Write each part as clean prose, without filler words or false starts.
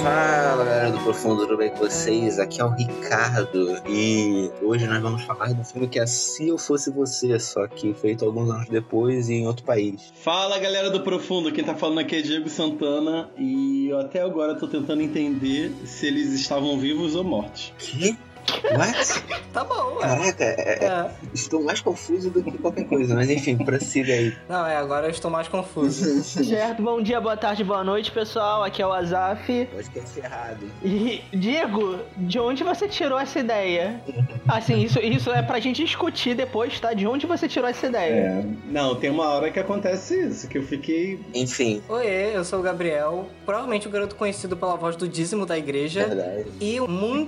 Fala, galera do Profundo, tudo bem com vocês? Aqui é o Ricardo e hoje nós vamos falar do filme que é Se Eu Fosse Você, só que feito alguns anos depois e em outro país. Fala, galera do Profundo, quem tá falando aqui é Diego Santana e eu até agora tô tentando entender se eles estavam vivos ou mortos. Que? What? Tá bom, Caraca, estou mais confuso do que qualquer coisa, mas enfim, prossiga aí. Não, agora eu estou mais confuso. Certo, bom dia, boa tarde, boa noite, pessoal. Aqui é o Azaf. Podcast errado. E, Diego, de onde você tirou essa ideia? Assim, isso é pra gente discutir depois, tá? De onde você tirou essa ideia? Não, tem uma hora que acontece isso, que eu fiquei... Enfim. Oiê, eu sou o Gabriel, provavelmente o garoto conhecido pela voz do dízimo da igreja. Verdade. E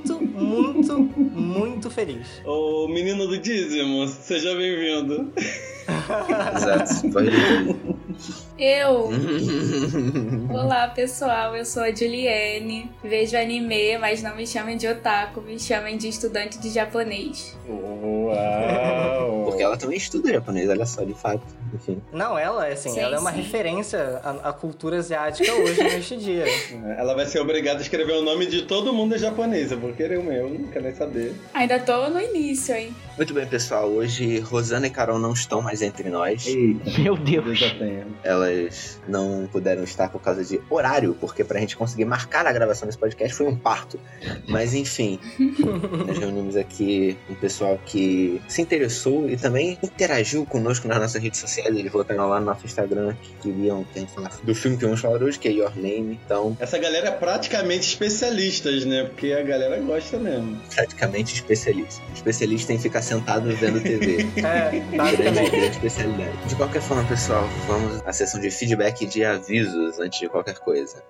muito feliz. Ô, menino do dízimo, seja bem-vindo. Exato, pode ir. Eu? Olá, pessoal, eu sou a Juliane. Vejo anime, mas não me chamem de otaku, me chamem de estudante de japonês. Uau! Porque ela também estuda japonês, olha só, de fato. Enfim. Não, ela Sim, ela é uma sim. referência à cultura asiática hoje, neste dia. Ela vai ser obrigada a escrever o nome de todo mundo em japonês, eu vou querer o meu, não quero nem saber. Ainda tô no início, hein? Muito bem, pessoal, hoje Rosana e Carol não estão mais entre nós. Eita, Meu Deus. já tenho. Elas não puderam estar por causa de horário, porque pra gente conseguir marcar a gravação desse podcast foi um parto. Mas enfim, nós reunimos aqui um pessoal que se interessou e também interagiu conosco nas nossas redes sociais. Eles votaram lá no nosso Instagram que queriam que a gente falasse do filme que vamos falar hoje, que é Your Name. Então, Essa galera é praticamente especialistas, né? Porque a galera gosta mesmo. praticamente especialista. Especialista em ficar sentado vendo TV. Basicamente. Grande especialidade. De qualquer forma, pessoal, vamos à sessão de feedback e de avisos antes de qualquer coisa.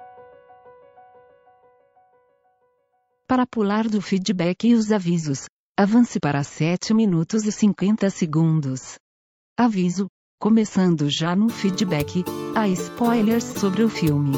Para pular do feedback e os avisos, avance para 7 minutos e 50 segundos. Aviso: começando já no feedback, há spoilers sobre o filme.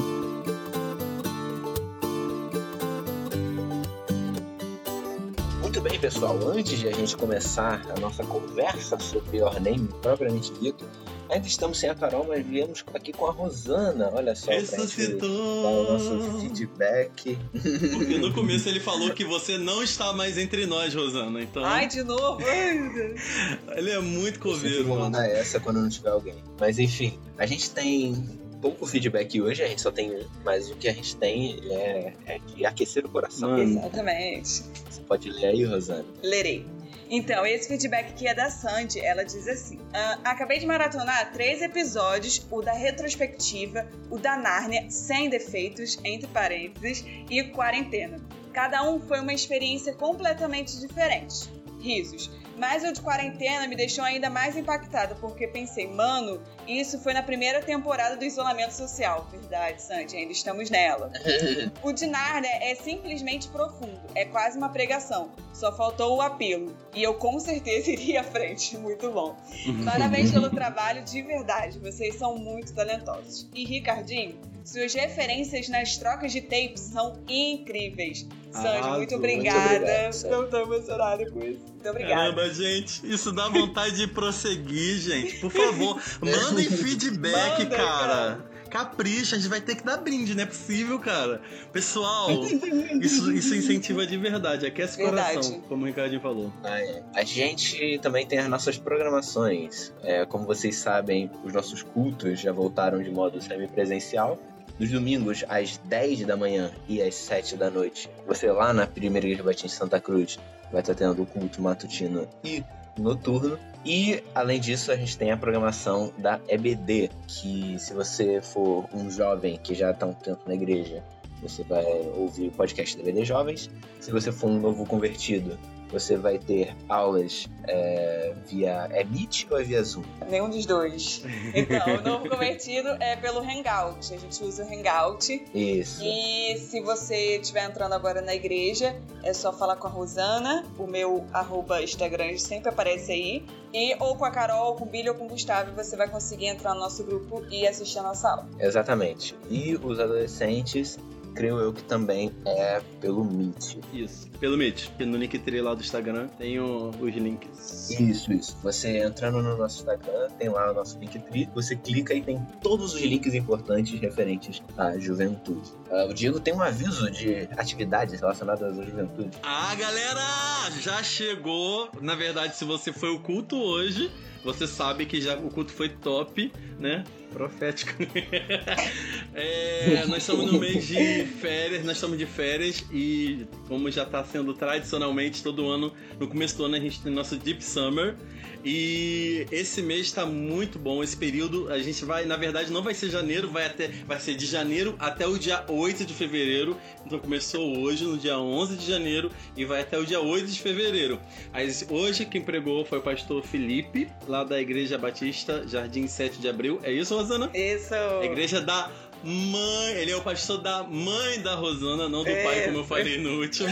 Muito bem, pessoal, antes de a gente começar a nossa conversa sobre Your Name, propriamente dito, ainda estamos sem a Carol, mas viemos aqui com a Rosana, olha só, pra gente Ressuscitou! dar o nosso feedback. Porque no começo ele falou que você não está mais entre nós, Rosana, então... Ai, de novo? Ai, meu Deus. Ele é muito Eu sempre coveiro, vou mano. mandar essa quando não tiver alguém. Mas enfim, a gente tem pouco feedback hoje, a gente só tem um, mas o que a gente tem é de aquecer o coração. Mano. Exatamente. Você pode ler aí, Rosana? Lerei. Então, esse feedback aqui é da Sandy. Ela diz assim: acabei de maratonar 3 episódios, o da retrospectiva, o da Nárnia, sem defeitos, entre parênteses, e quarentena. Cada um foi uma experiência completamente diferente. Risos. Mas o de quarentena me deixou ainda mais impactada, porque pensei, mano, isso foi na primeira temporada do isolamento social. Verdade, Sandy, ainda estamos nela. O de Nárnia é simplesmente profundo, é quase uma pregação. Só faltou o apelo. E eu com certeza iria à frente. Muito bom. Parabéns pelo trabalho, de verdade. Vocês são muito talentosos. E Ricardinho, suas referências nas trocas de tapes são incríveis. Sandy, Arrasou. muito Muito obrigada. obrigado, Sandy. Eu tô emocionada com isso. Muito obrigada. Caramba, gente, isso dá vontade de prosseguir, gente. Por favor, mandem feedback, Manda, cara. Capricha, a gente vai ter que dar brinde, não é possível, cara. Pessoal, isso incentiva de verdade, aquece o Verdade. coração, como o Ricardinho falou. A gente também tem as nossas programações. Como vocês sabem, os nossos cultos já voltaram de modo semipresencial. Nos domingos, às 10 da manhã e às 7 da noite, você lá na Primeira Igreja Batista de Santa Cruz vai estar tendo o culto matutino e noturno. E, além disso, a gente tem a programação da EBD, que se você for um jovem que já está um tempo na igreja, você vai ouvir o podcast da EBD Jovens. Se você for um novo convertido, você vai ter aulas via Meet ou via Zoom? Nenhum dos dois. Então, o novo convertido é pelo Hangout. A gente usa o Hangout. Isso. E se você estiver entrando agora na igreja, é só falar com a Rosana. O meu @Instagram sempre aparece aí. Ou com a Carol, com o Billy ou com o Gustavo, você vai conseguir entrar no nosso grupo e assistir a nossa aula. Exatamente. E os adolescentes, creio eu que também é pelo Meet. Isso, pelo Meet, porque no Linktree lá do Instagram tem os links. Isso. Você entrando no nosso Instagram, tem lá o nosso Linktree, você clica e tem todos os links importantes referentes à juventude. O Diego tem um aviso de atividades relacionadas à juventude. Ah, galera! Já chegou. Na verdade, se você foi ao culto hoje, você sabe que já o culto foi top, né? Profético. Nós estamos no mês de férias, e como já está sendo tradicionalmente todo ano, no começo do ano a gente tem nosso Deep Summer, e esse mês está muito bom, esse período a gente vai, na verdade não vai ser janeiro, vai ser de janeiro até o dia 8 de fevereiro, então começou hoje no dia 11 de janeiro e vai até o dia 8 de fevereiro. Mas hoje quem pregou foi o pastor Felipe, lá da Igreja Batista Jardim 7 de Abril, é isso, Rosana? Isso! A igreja da mãe, ele é o pastor da mãe da Rosana, não do pai, como eu falei no último.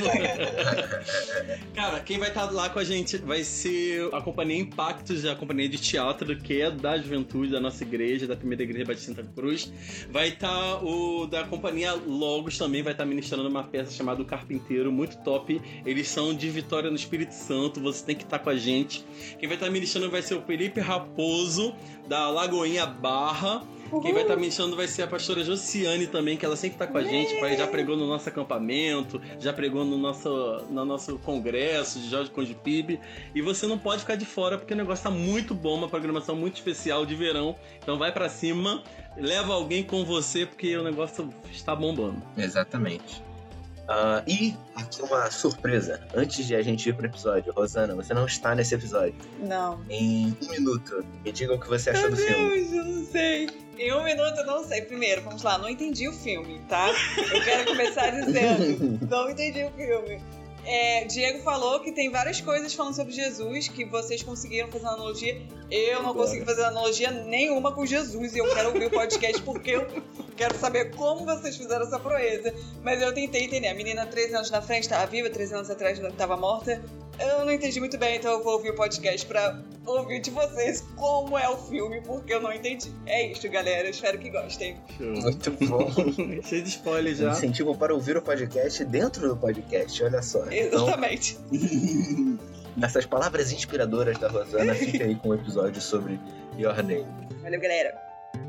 Cara, quem vai estar lá com a gente vai ser a companhia Impactos, a companhia de teatro que é da juventude da nossa igreja, da primeira igreja Batista Santa Cruz. Vai estar o da companhia Logos também, vai estar ministrando uma peça chamada O Carpinteiro, muito top. Eles são de Vitória no Espírito Santo, você tem que estar com a gente. Quem vai estar ministrando vai ser o Felipe Raposo, da Lagoinha Barra. Quem vai estar ministrando vai ser a pastora Josiane também, que ela sempre está com a gente, já pregou no nosso acampamento, já pregou no nosso congresso de Jorge Conde PIB. E você não pode ficar de fora, porque o negócio tá muito bom, uma programação muito especial de verão. Então vai pra cima, leva alguém com você, porque o negócio está bombando. Exatamente. E aqui uma surpresa. Antes de a gente ir pro episódio, Rosana, você não está nesse episódio. Não. Em 1 minuto, me diga o que você achou do filme. Eu não sei. Em 1 minuto eu não sei. Primeiro, vamos lá, não entendi o filme, tá? Eu quero começar dizendo, não entendi o filme. Diego falou que tem várias coisas falando sobre Jesus, que vocês conseguiram fazer uma analogia. Eu não consegui fazer analogia nenhuma com Jesus, e eu quero ouvir o podcast porque eu quero saber como vocês fizeram essa proeza. Mas eu tentei entender. A menina 13 anos na frente estava viva, 13 anos atrás estava morta. Eu não entendi muito bem, então eu vou ouvir o podcast pra ouvir de vocês como é o filme, porque eu não entendi. É isso, galera. Eu espero que gostem. Muito bom. Cheio de spoiler já. Incentivo para ouvir o podcast dentro do podcast, olha só. Exatamente. Então, nessas palavras inspiradoras da Rosana, fica aí com o episódio sobre Your Name. Valeu, galera.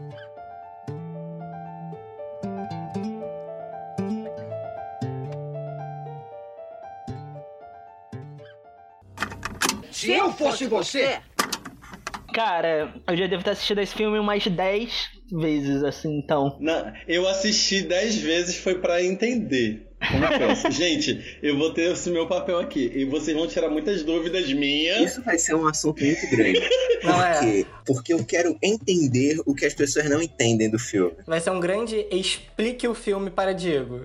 Se eu fosse você... Cara, eu já devo ter assistido esse filme umas 10 vezes, assim, então. Não, eu assisti 10 vezes, foi pra entender como é isso. Gente, eu vou ter esse meu papel aqui e vocês vão tirar muitas dúvidas minhas. Isso vai ser um assunto muito grande. Porque eu quero entender o que as pessoas não entendem do filme. Vai ser um grande explique o filme para Diego.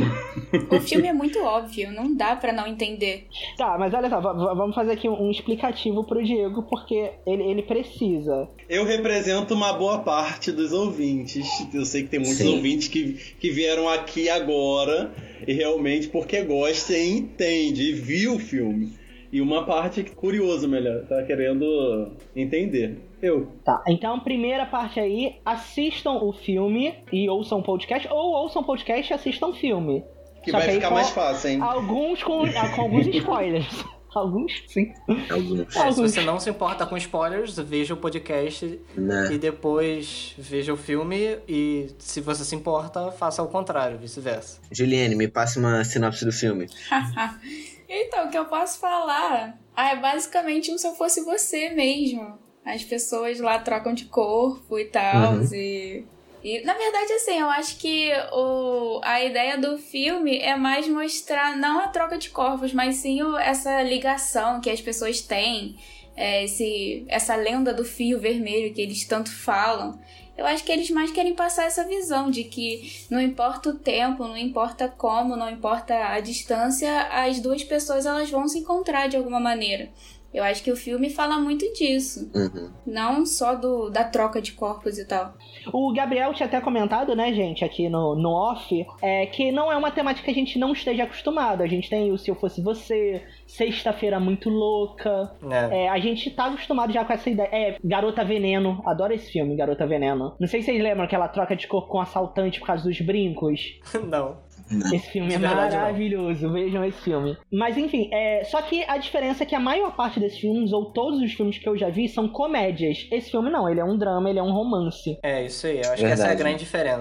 O filme é muito óbvio, não dá pra não entender. Tá, mas olha só, vamos fazer aqui um explicativo pro Diego, porque ele precisa. Eu represento uma boa parte dos ouvintes. Eu sei que tem muitos ouvintes que vieram aqui agora e realmente porque gosta e entende e viu o filme. E uma parte curiosa, melhor, tá querendo entender. Tá, então primeira parte aí, assistam o filme e ouçam o podcast, ou ouçam o podcast e assistam o filme. Que vai ficar mais fácil, hein? Alguns com alguns spoilers. Alguns, sim. Se você não se importa com spoilers, veja o podcast e depois veja o filme. E se você se importa, faça o contrário, vice-versa. Juliane, me passe uma sinopse do filme. Então, o que eu posso falar? É basicamente um Se Eu Fosse Você mesmo. As pessoas lá trocam de corpo e tal. E na verdade, assim, eu acho que a ideia do filme é mais mostrar não a troca de corpos, mas sim essa ligação que as pessoas têm, essa lenda do fio vermelho que eles tanto falam. Eu acho que eles mais querem passar essa visão de que não importa o tempo, não importa como, não importa a distância, as duas pessoas elas vão se encontrar de alguma maneira. Eu acho que o filme fala muito disso. Não só da troca de corpos e tal. O Gabriel tinha até comentado, né, gente, aqui no off, que não é uma temática que a gente não esteja acostumado. A gente tem o Se Eu Fosse Você, Sexta-feira Muito Louca. A gente tá acostumado já com essa ideia. Garota Veneno. Adoro esse filme, Garota Veneno. Não sei se vocês lembram aquela troca de corpo com assaltante por causa dos brincos. Não. Esse filme é maravilhoso, vejam esse filme. Mas enfim, só que a diferença é que a maior parte desses filmes, ou todos os filmes que eu já vi, são comédias. Esse filme não, ele é um drama, ele é um romance. Isso aí, eu acho que essa é a grande diferença.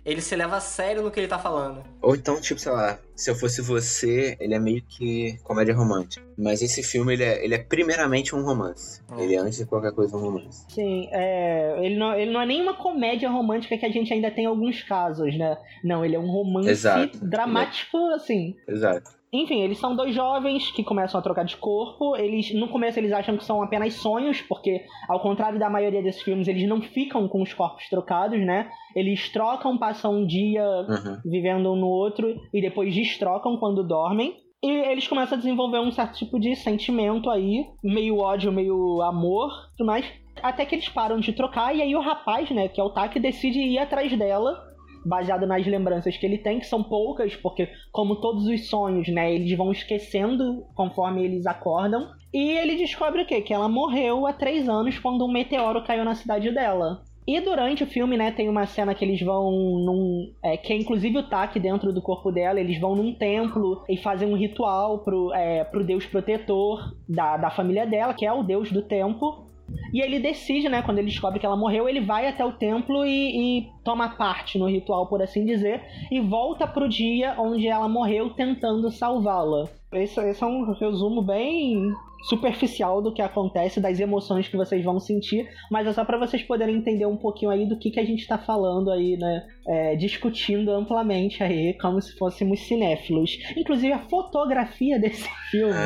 ele se leva a sério no que ele tá falando. Ou então, tipo, sei lá, Se Eu Fosse Você, ele é meio que comédia romântica. Mas esse filme, ele é primeiramente um romance. Ele é, antes de qualquer coisa, um romance. Sim, ele não é nem uma comédia romântica que a gente ainda tem alguns casos, né? Não, ele é um romance dramático, assim. Exato. Enfim, eles são dois jovens que começam a trocar de corpo. No começo eles acham que são apenas sonhos, porque ao contrário da maioria desses filmes, eles não ficam com os corpos trocados, né? Eles trocam, passam um dia vivendo um no outro e depois destrocam quando dormem. E eles começam a desenvolver um certo tipo de sentimento aí, meio ódio, meio amor, tudo mais. Até que eles param de trocar e aí o rapaz, né, que é o Taki, decide ir atrás dela, baseado nas lembranças que ele tem, que são poucas, porque como todos os sonhos, né, eles vão esquecendo conforme eles acordam. E ele descobre o quê? Que ela morreu há 3 anos quando um meteoro caiu na cidade dela. E durante o filme, né, tem uma cena que eles vão que é inclusive o Taki dentro do corpo dela. Eles vão num templo e fazem um ritual pro deus protetor da família dela, que é o deus do tempo. E ele decide, né, quando ele descobre que ela morreu, ele vai até o templo e toma parte no ritual, por assim dizer, e volta pro dia onde ela morreu tentando salvá-la. Esse é um resumo bem superficial do que acontece, das emoções que vocês vão sentir, mas é só pra vocês poderem entender um pouquinho aí do que a gente tá falando aí, né, discutindo amplamente aí, como se fôssemos cinéfilos. Inclusive a fotografia desse filme.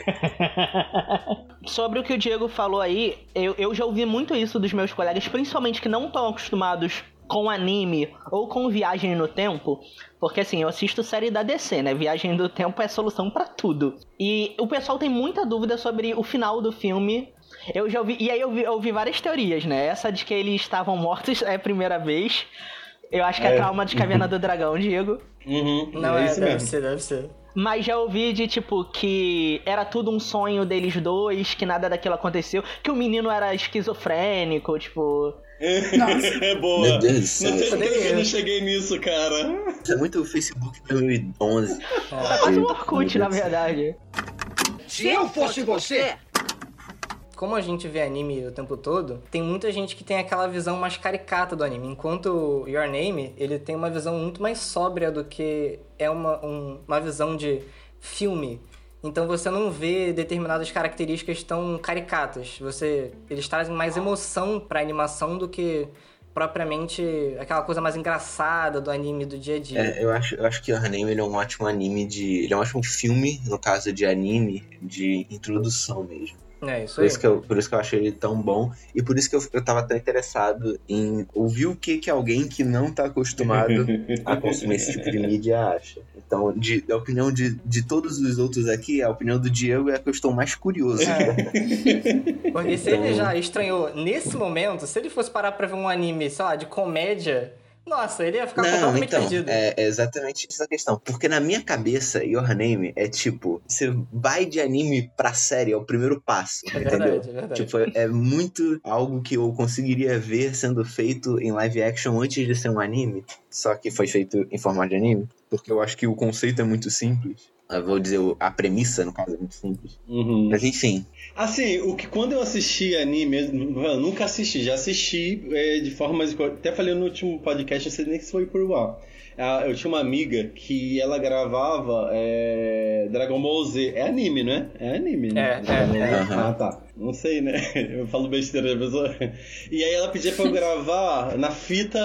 Sobre o que o Diego falou aí, eu já ouvi muito isso dos meus colegas, principalmente que não estão acostumados com anime ou com viagem no tempo, porque assim, eu assisto série da DC, né? Viagem do tempo é solução pra tudo. E o pessoal tem muita dúvida sobre o final do filme. Eu já ouvi, e aí eu ouvi várias teorias, né? Essa de que eles estavam mortos é a primeira vez. Eu acho que é trauma de Caverna do Dragão, Diego. Não, deve ser. Mas já ouvi de, tipo, que era tudo um sonho deles dois, que nada daquilo aconteceu, que o menino era esquizofrênico, tipo... Nossa. É boa. Meu Deus do céu. Não sei porque eu não cheguei nisso, cara. É muito o Facebook 2011. É quase um Orkut, na verdade. Se eu fosse você... Como a gente vê anime o tempo todo, tem muita gente que tem aquela visão mais caricata do anime, enquanto Your Name, ele tem uma visão muito mais sóbria do que é uma visão de filme. Então você não vê determinadas características tão caricatas. Eles trazem mais emoção pra animação do que propriamente aquela coisa mais engraçada do anime do dia a dia. Eu acho que Your Name, ele é um ótimo anime ele é um ótimo filme, no caso de anime, de introdução mesmo. Isso aí. Por isso que eu achei ele tão bom. E por isso que eu tava tão interessado em ouvir o que alguém que não tá acostumado a consumir esse tipo de mídia acha. Então, a opinião de todos os outros aqui, a opinião do Diego é a que eu estou mais curioso. Porque se ele já estranhou nesse momento, se ele fosse parar pra ver um anime, sei lá, de comédia... Nossa, ele ia ficar completamente perdido. É exatamente essa questão. Porque na minha cabeça, Your Name é tipo... Você vai de anime pra série, é o primeiro passo, entendeu? Verdade. Tipo, é muito algo que eu conseguiria ver sendo feito em live action antes de ser um anime. Só que foi feito em formato de anime. Porque eu acho que o conceito é muito simples. Eu vou dizer, a premissa, no caso, é muito simples. Mas enfim. Assim, quando eu assisti anime, eu nunca assisti, já assisti de formas... Até falei no último podcast, não sei nem se foi por lá. Eu tinha uma amiga que ela gravava Dragon Ball Z. É anime, né? É anime, né? Ah, tá. Não sei, né? Eu falo besteira da pessoa. E aí ela pedia pra eu gravar na fita...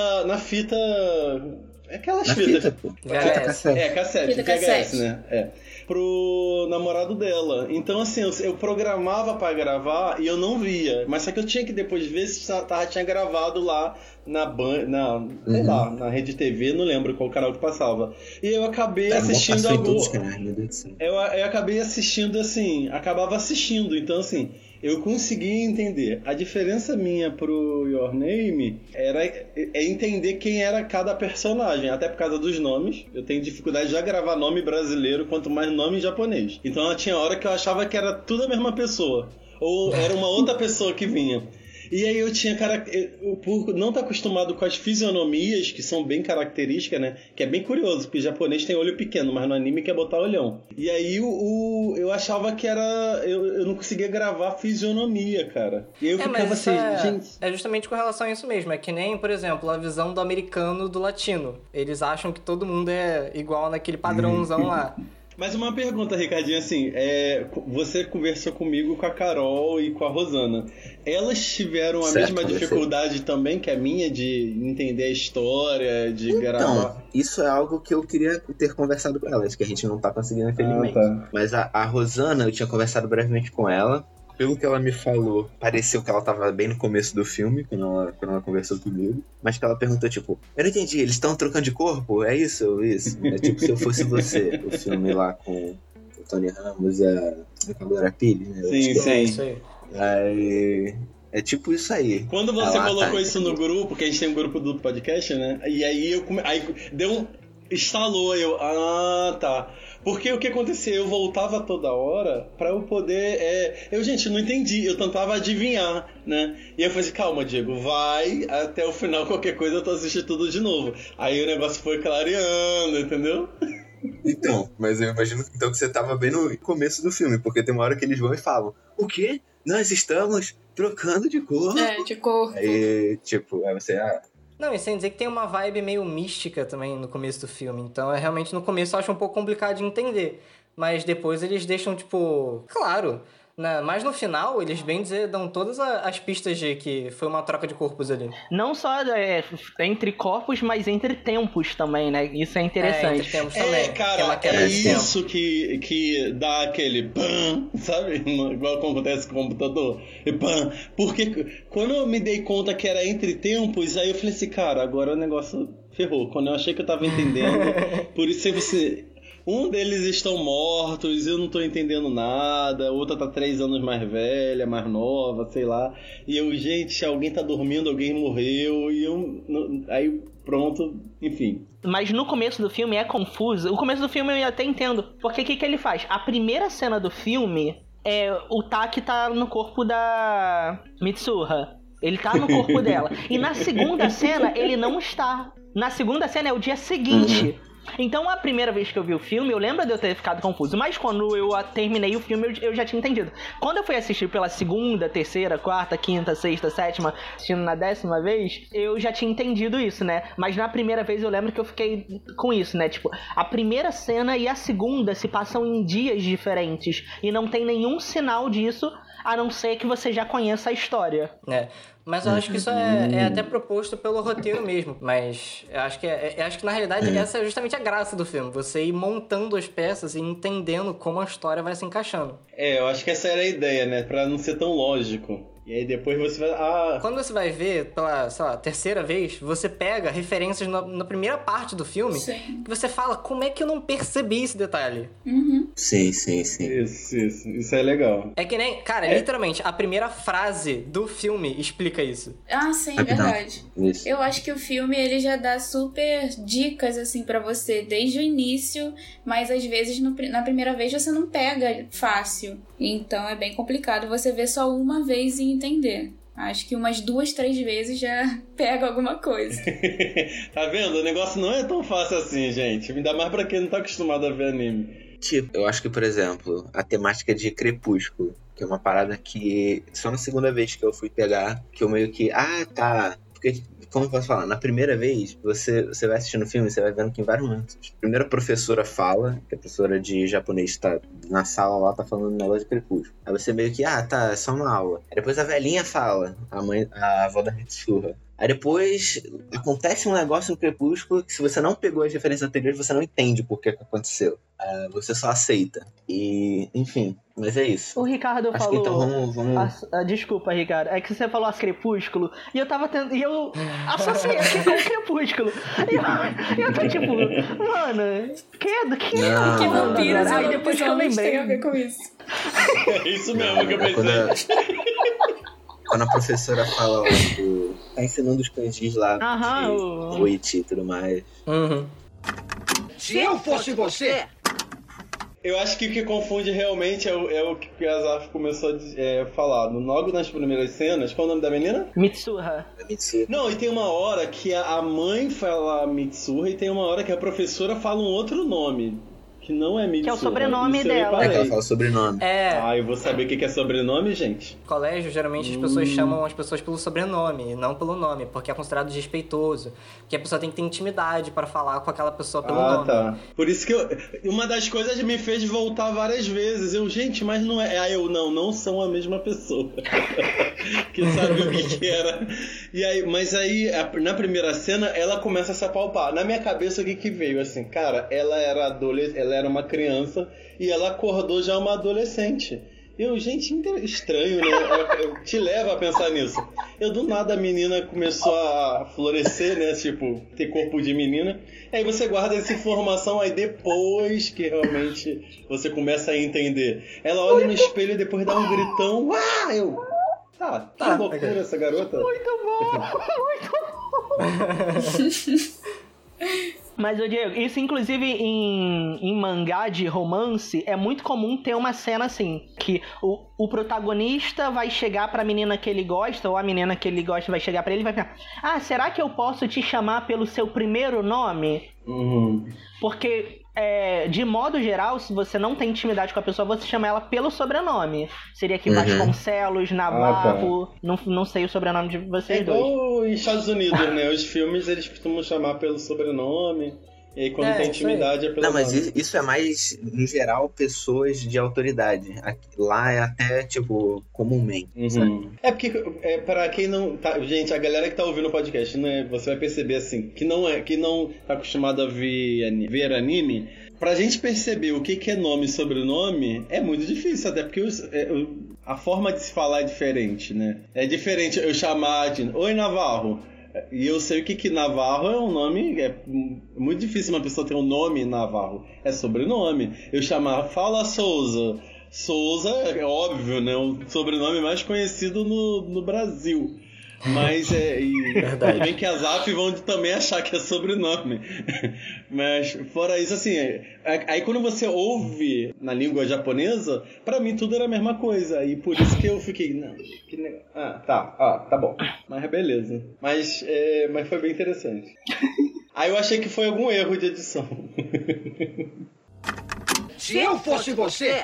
Aquelas fitas. Fita cassete. Cassete, VHS, né? Pro namorado dela. Então, assim, eu programava pra gravar e eu não via. Mas só que eu tinha que depois ver se tinha gravado lá sei lá, na Rede TV, não lembro qual canal que passava. E eu acabei assistindo eu acabei assistindo, assim, acabava assistindo. Então, assim, eu consegui entender. A diferença minha pro Your Name é entender quem era cada personagem, até por causa dos nomes. Eu tenho dificuldade de já gravar nome brasileiro, quanto mais nome japonês. Então tinha hora que eu achava que era tudo a mesma pessoa, ou era uma outra pessoa que vinha. E aí eu tinha por não estar acostumado com as fisionomias, que são bem características, né? Que é bem curioso, porque o japonês tem olho pequeno, mas no anime quer botar olhão. E aí eu achava que era... Eu não conseguia gravar a fisionomia, cara. E aí eu ficava assim, gente... É justamente com relação a isso mesmo. É que nem, por exemplo, a visão do americano do latino. Eles acham que todo mundo é igual naquele padrãozão lá. Mas uma pergunta, Ricardinho, assim, você conversou comigo, com a Carol e com a Rosana. Elas tiveram a mesma dificuldade também que a minha de entender a história, de gravar? Então, isso é algo que eu queria ter conversado com elas, que a gente não tá conseguindo, infelizmente. Tá. Mas a Rosana, eu tinha conversado brevemente com ela. Pelo que ela me falou, pareceu que ela tava bem no começo do filme, quando ela conversou comigo. Mas que ela perguntou, tipo, eu não entendi, eles estão trocando de corpo? É isso? É tipo Se Eu Fosse Você, o filme lá com o Tony Ramos e a Glória Pires, né? Sim. Aí... É tipo isso aí. Quando você colocou isso no grupo, que a gente tem um grupo do podcast, né? E aí aí deu um... Estalou, tá. Porque o que acontecia? Eu voltava toda hora pra eu poder... gente, não entendi. Eu tentava adivinhar, né? E eu falei assim, calma, Diego, vai até o final, qualquer coisa eu tô assistindo tudo de novo. Aí o negócio foi clareando, entendeu? Então, mas eu imagino então que você tava bem no começo do filme, porque tem uma hora que eles vão e falam, o quê? Nós estamos trocando de corpo? De corpo. Aí, tipo, aí você... Não, e sem dizer que tem uma vibe meio mística também no começo do filme. Então, realmente, no começo eu acho um pouco complicado de entender. Mas depois eles deixam, tipo... Claro, né? Mas no final, eles bem dizer, dão todas as pistas de que foi uma troca de corpos ali. Não só entre corpos, mas entre tempos também, né? Isso é interessante. Entre tempos também. Cara, é isso que dá aquele pam, sabe? Igual acontece com o computador. E pam. Porque quando eu me dei conta que era entre tempos, aí eu falei assim, cara, agora o negócio ferrou. Quando eu achei que eu tava entendendo, por isso você... Um deles estão mortos, eu não tô entendendo nada. A outra tá 3 anos mais velha, mais nova, sei lá. E eu, gente, alguém tá dormindo, alguém morreu. E eu... Aí, pronto, enfim. Mas no começo do filme é confuso. O começo do filme eu até entendo. Porque o que ele faz? A primeira cena do filme o Taki tá no corpo da Mitsuha. Ele tá no corpo dela. E na segunda cena, ele não está. Na segunda cena é o dia seguinte. Então, a primeira vez que eu vi o filme, eu lembro de eu ter ficado confuso. Mas quando eu terminei o filme, eu já tinha entendido. Quando eu fui assistir pela segunda, terceira, quarta, quinta, sexta, sétima, assistindo na 10ª vez, eu já tinha entendido isso, né? Mas na primeira vez eu lembro que eu fiquei com isso, né? Tipo, a primeira cena e a segunda se passam em dias diferentes. E não tem nenhum sinal disso, a não ser que você já conheça a história. Mas eu acho que isso é até proposto pelo roteiro mesmo. Mas eu acho que na realidade essa é justamente a graça do filme. Você ir montando as peças e entendendo como a história vai se encaixando. Eu acho que essa era a ideia, né? Pra não ser tão lógico. E aí depois você vai... Quando você vai ver pela, sei lá, terceira vez, você pega referências na primeira parte do filme. Sim. Que você fala, como é que eu não percebi esse detalhe? Sim. Isso é legal. É que nem, cara, literalmente, a primeira frase do filme explica isso. Ah, sim, verdade. Isso. Eu acho que o filme, ele já dá super dicas, assim, pra você desde o início, mas às vezes na primeira vez você não pega fácil. Então é bem complicado você ver só uma vez e entender. Acho que umas 2, 3 vezes já pega alguma coisa. Tá vendo? O negócio não é tão fácil assim, gente. Ainda mais pra quem não tá acostumado a ver anime. Tipo, eu acho que, por exemplo, a temática de Crepúsculo, que é uma parada que só na segunda vez que eu fui pegar, que eu meio que... tá... Porque, como eu posso falar, na primeira vez, você vai assistindo o filme, você vai vendo que em vários momentos. Primeiro a professora fala, que a professora de japonês tá na sala lá, tá falando um negócio de Crepúsculo. Aí você meio que, tá, é só uma aula. Aí depois a velhinha fala, a avó da Mitsuha. Aí depois acontece um negócio no Crepúsculo que se você não pegou as referências anteriores, você não entende por que aconteceu. Você só aceita. E, enfim, mas é isso. O Ricardo Acho falou... que então vamos... Desculpa, Ricardo. É que você falou Crepúsculo e eu tava e eu associei aqui com o Crepúsculo. E eu tô tipo, mano, que vampiros aí depois que eu lembrei. Tem a ver com isso. É isso mesmo que eu pensei. Quando a professora fala lá, tá ensinando os kanjis lá de Uichi e tudo mais. Se eu fosse você... Eu acho que o que confunde realmente é o que a Azaf começou a falar. Logo nas primeiras cenas, qual é o nome da menina? Mitsuha. Não, e tem uma hora que a mãe fala Mitsuha e tem uma hora que a professora fala um outro nome. Que não é Mitsuha. Que é o sobrenome dela. É que ela fala sobrenome. Eu vou saber o que é sobrenome, gente? No colégio, geralmente as pessoas chamam as pessoas pelo sobrenome, não pelo nome, porque é considerado desrespeitoso. Porque a pessoa tem que ter intimidade para falar com aquela pessoa pelo nome. Tá. Por isso que uma das coisas me fez voltar várias vezes. Gente, mas não é. Não são a mesma pessoa. Que sabe o que era. E aí, mas aí, na primeira cena, ela começa a se apalpar. Na minha cabeça, o que veio? Assim, cara, ela era uma criança e ela acordou já uma adolescente. Gente, estranho, né? Te leva a pensar nisso. Do nada a menina começou a florescer, né? Tipo, ter corpo de menina. Aí você guarda essa informação, aí depois que realmente você começa a entender. Ela olha no espelho e depois dá um gritão. Que loucura essa garota. Muito bom, muito bom. Mas, Diego, isso inclusive em mangá de romance é muito comum ter uma cena assim, que o protagonista vai chegar pra menina que ele gosta, ou a menina que ele gosta vai chegar pra ele e vai falar: será que eu posso te chamar pelo seu primeiro nome? Porque, de modo geral, se você não tem intimidade com a pessoa, você chama ela pelo sobrenome. Seria aqui Vasconcelos, Navarro, não sei o sobrenome de vocês dois. Igual nos Estados Unidos, né? Os filmes, eles costumam chamar pelo sobrenome. E aí, quando tem intimidade, é pelo nome. Mas isso é mais, no geral, pessoas de autoridade. Lá é até, tipo, comumente. É porque, pra quem não... gente, a galera que tá ouvindo o podcast, né? Você vai perceber, assim, que não tá acostumado a ver anime. Pra gente perceber o que é nome e sobrenome, é muito difícil. Até porque a forma de se falar é diferente, né? É diferente eu chamar de... Oi, Navarro. E eu sei o que Navarro é um nome... É muito difícil uma pessoa ter um nome Navarro. É sobrenome. Eu chamar Fala Souza. Souza é óbvio, né? O sobrenome mais conhecido no Brasil. Mas tudo bem que as AF vão também achar que é sobrenome. Mas fora isso, assim, aí quando você ouve na língua japonesa, pra mim tudo era a mesma coisa. E por isso que eu fiquei, tá bom. Mas beleza. Mas foi bem interessante. Aí eu achei que foi algum erro de edição. Se eu fosse você...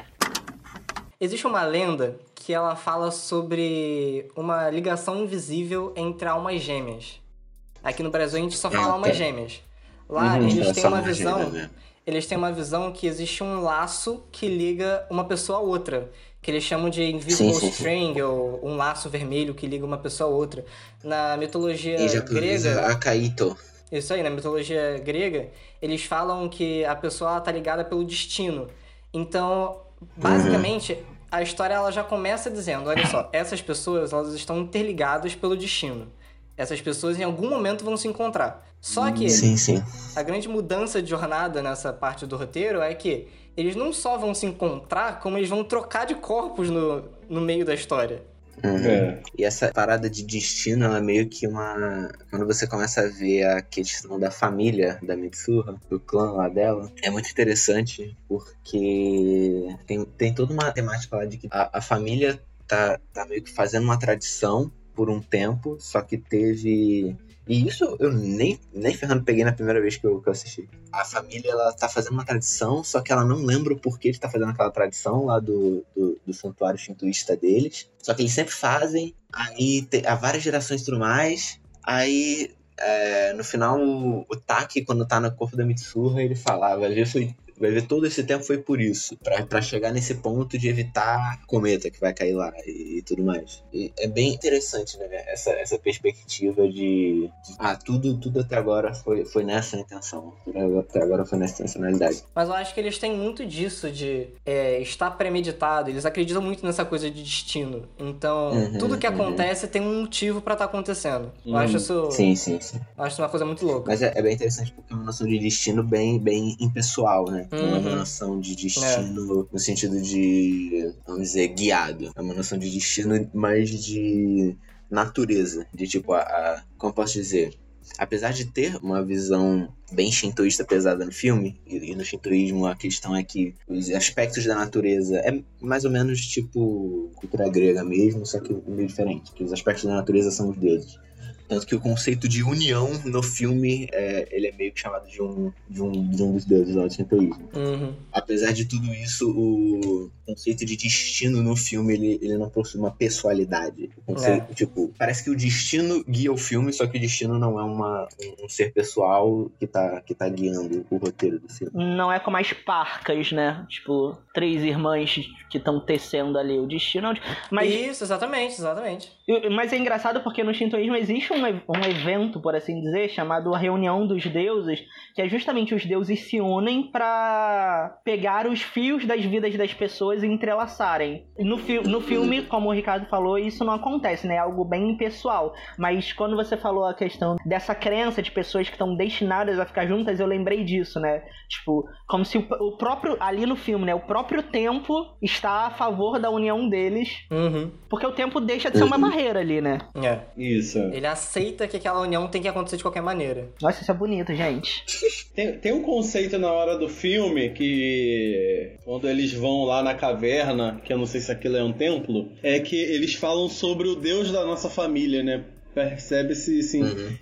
Existe uma lenda que ela fala sobre uma ligação invisível entre almas gêmeas. Aqui no Brasil a gente só fala almas gêmeas. Lá eles têm uma visão... Eles têm uma visão que existe um laço que liga uma pessoa a outra. Que eles chamam de invisible string, ou um laço vermelho que liga uma pessoa a outra. Na mitologia grega... a Kaito. Isso aí, na mitologia grega, eles falam que a pessoa tá ligada pelo destino. Então, basicamente, a história ela já começa dizendo, olha só, essas pessoas elas estão interligadas pelo destino. Essas pessoas em algum momento vão se encontrar. Só que a grande mudança de jornada nessa parte do roteiro é que eles não só vão se encontrar, como eles vão trocar de corpos no meio da história. E essa parada de destino, ela é meio que uma... Quando você começa a ver a questão da família da Mitsuha, do clã lá dela, é muito interessante porque tem toda uma temática lá de que a família tá meio que fazendo uma tradição por um tempo, só que teve... E isso eu nem ferrando peguei na primeira vez que eu assisti. A família, ela tá fazendo uma tradição, só que ela não lembra o porquê de tá fazendo aquela tradição lá do santuário shintoísta deles. Só que eles sempre fazem, aí há várias gerações e tudo mais. Aí, no final, o Taki, quando tá no corpo da Mitsuha, ele fala, vai ver todo esse tempo foi por isso, pra chegar nesse ponto de evitar cometa que vai cair lá e tudo mais. E é bem interessante, né, essa perspectiva de tudo até agora foi nessa intenção, até agora foi nessa intencionalidade. Mas eu acho que eles têm muito disso de estar premeditado, eles acreditam muito nessa coisa de destino, então tudo que acontece tem um motivo pra estar acontecendo. Eu acho isso... Sim. Eu acho uma coisa muito louca. Mas é bem interessante porque é uma noção de destino bem impessoal, né? Não é uma noção de destino no sentido de, vamos dizer, guiado. É uma noção de destino mais de natureza. De tipo, como posso dizer? apesar de ter uma visão bem shintoísta pesada no filme, e no shintoísmo a questão é que os aspectos da natureza é mais ou menos tipo cultura grega mesmo, só que meio diferente, que os aspectos da natureza são os deuses. Tanto que o conceito de união no filme, ele é meio que chamado de um dos deuses lá do shintoísmo. Apesar de tudo isso, o conceito de destino no filme, ele não possui uma pessoalidade. O conceito, tipo, parece que o destino guia o filme, só que o destino não é um ser pessoal que tá guiando o roteiro do filme. Não é como as parcas, né? Tipo, 3 irmãs que estão tecendo ali o destino. Mas... Isso, exatamente. Mas é engraçado porque no shintoísmo existe um evento, por assim dizer, chamado a Reunião dos Deuses, que é justamente os deuses se unem pra pegar os fios das vidas das pessoas e entrelaçarem. No filme, como o Ricardo falou, isso não acontece, né? É algo bem pessoal. Mas quando você falou a questão dessa crença de pessoas que estão destinadas a ficar juntas, eu lembrei disso, né? Tipo, como se o próprio, ali no filme, né? O próprio tempo está a favor da união deles. Porque o tempo deixa de ser uma barreira ali, né? Isso. Ele aceita que aquela união tem que acontecer de qualquer maneira. Nossa, isso é bonito, gente. Tem um conceito na hora do filme que, quando eles vão lá na caverna, que eu não sei se aquilo é um templo, é que eles falam sobre o Deus da nossa família, né? Percebe-se, assim,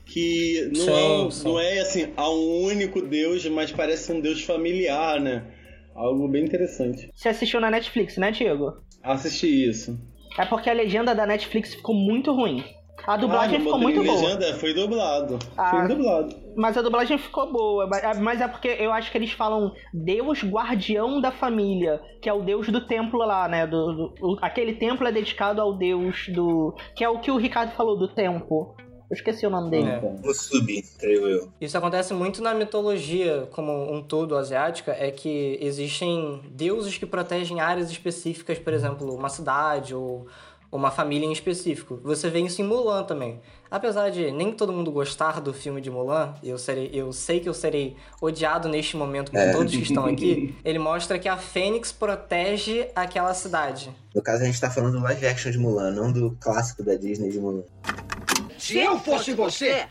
que não é assim, há um único Deus, mas parece um Deus familiar, né? Algo bem interessante. Você assistiu na Netflix, né, Diego? Assisti isso. É porque a legenda da Netflix ficou muito ruim. A dublagem ficou muito boa. Legenda foi dublado. Foi dublado. Mas a dublagem ficou boa. Mas é porque eu acho que eles falam Deus guardião da família, que é o Deus do templo lá, né? Aquele templo é dedicado ao Deus do... Que é o que o Ricardo falou, do tempo. Eu esqueci o nome dele. O Sub, creio eu. Isso acontece muito na mitologia como um todo asiática, é que existem deuses que protegem áreas específicas, por exemplo, uma cidade ou uma família em específico. Você vê isso em Mulan também. Apesar de nem todo mundo gostar do filme de Mulan, eu sei que eu serei odiado neste momento por todos que estão aqui, ele mostra que a Fênix protege aquela cidade. No caso, a gente tá falando do live action de Mulan, não do clássico da Disney de Mulan. Se eu fosse você...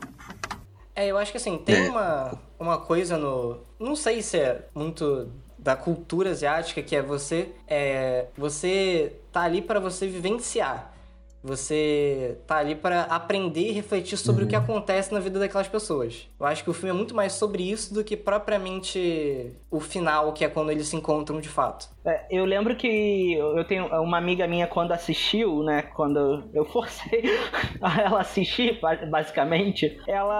Eu acho que assim, tem uma coisa no... Não sei se é muito da cultura asiática, que é você tá ali para você vivenciar. Você tá ali para aprender e refletir sobre o que acontece na vida daquelas pessoas. Eu acho que o filme é muito mais sobre isso do que propriamente o final, que é quando eles se encontram de fato. Eu lembro que eu tenho uma amiga minha, quando assistiu, né, quando eu forcei ela assistir, basicamente,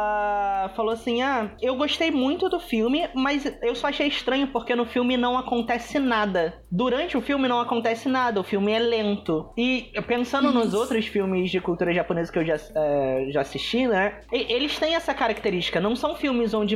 ela falou assim, eu gostei muito do filme, mas eu só achei estranho porque no filme não acontece nada. Durante o filme não acontece nada, o filme é lento. E pensando nos outros filmes de cultura japonesa que eu já assisti, né, eles têm essa característica, não são filmes onde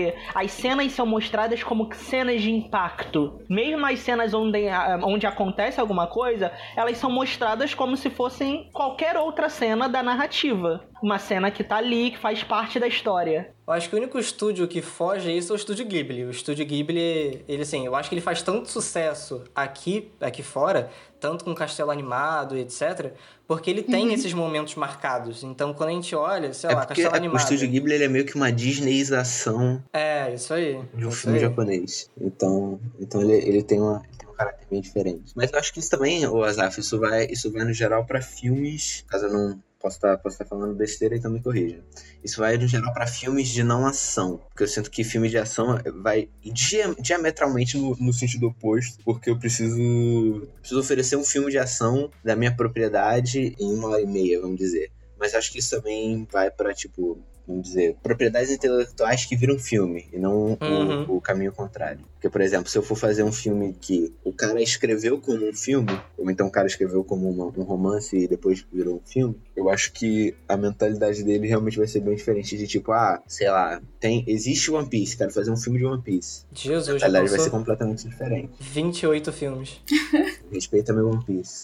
as cenas são mostradas como cenas de impacto. Mesmo as cenas onde acontece alguma coisa, elas são mostradas como se fossem qualquer outra cena da narrativa. Uma cena que tá ali, que faz parte da história. Eu acho que o único estúdio que foge a isso é o Estúdio Ghibli. O Estúdio Ghibli, ele assim, eu acho que ele faz tanto sucesso aqui fora, tanto com Castelo Animado e etc., porque ele tem esses momentos marcados. Então, quando a gente olha, sei lá, Castelo Animado... O Estúdio Ghibli, ele é meio que uma Disneyização... isso aí. De um filme japonês. Então ele tem um caráter bem diferente. Mas eu acho que isso também, Azaf, isso vai no geral pra filmes, caso eu não... Posso estar falando besteira, então me corrija. Isso vai, no geral, para filmes de não ação. Porque eu sinto que filme de ação vai diametralmente no sentido oposto. Porque eu preciso oferecer um filme de ação da minha propriedade em 1h30, vamos dizer. Mas acho que isso também vai para, tipo, vamos dizer, propriedades intelectuais que viram filme, e não o caminho contrário. Porque, por exemplo, se eu for fazer um filme que o cara escreveu como um filme, ou então o cara escreveu como um romance e depois virou um filme, eu acho que a mentalidade dele realmente vai ser bem diferente de tipo, sei lá, existe One Piece, quero fazer um filme de One Piece. Jesus, a mentalidade vai ser completamente diferente. 28 filmes. Respeita meu One Piece.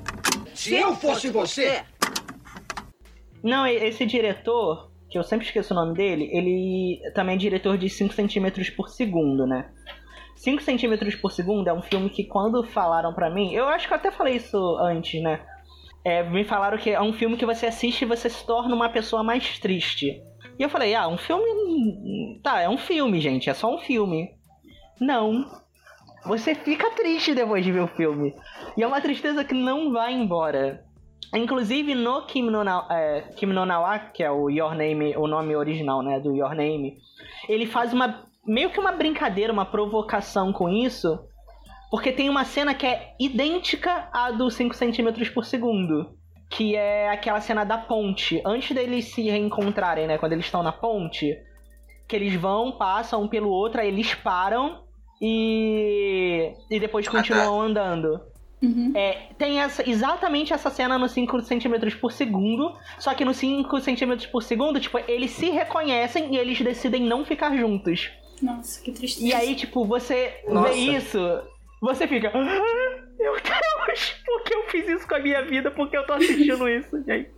Se eu fosse você... Não, esse diretor, que eu sempre esqueço o nome dele, ele também é diretor de 5 centímetros por segundo, né? 5 centímetros por segundo é um filme que, quando falaram pra mim... Eu acho que eu até falei isso antes, né? Me falaram que é um filme que você assiste e você se torna uma pessoa mais triste. E eu falei, um filme... Tá, é um filme, gente, é só um filme. Não. Você fica triste depois de ver o filme. E é uma tristeza que não vai embora. Inclusive, no Kimi no Na wa, que é o Your Name, o nome original, né, do Your Name, ele faz meio que uma brincadeira, uma provocação com isso, porque tem uma cena que é idêntica à do 5 centímetros por segundo, que é aquela cena da ponte. Antes deles se reencontrarem, né, quando eles estão na ponte, que eles passam um pelo outro, aí eles param e depois continuam andando. Uhum. Tem exatamente essa cena no 5 centímetros por segundo, só que no 5 centímetros por segundo, tipo, eles se reconhecem e eles decidem não ficar juntos. Nossa, que tristeza. E aí, tipo, você vê isso, você fica... Meu Deus, por que eu fiz isso com a minha vida? Por que eu tô assistindo isso, gente?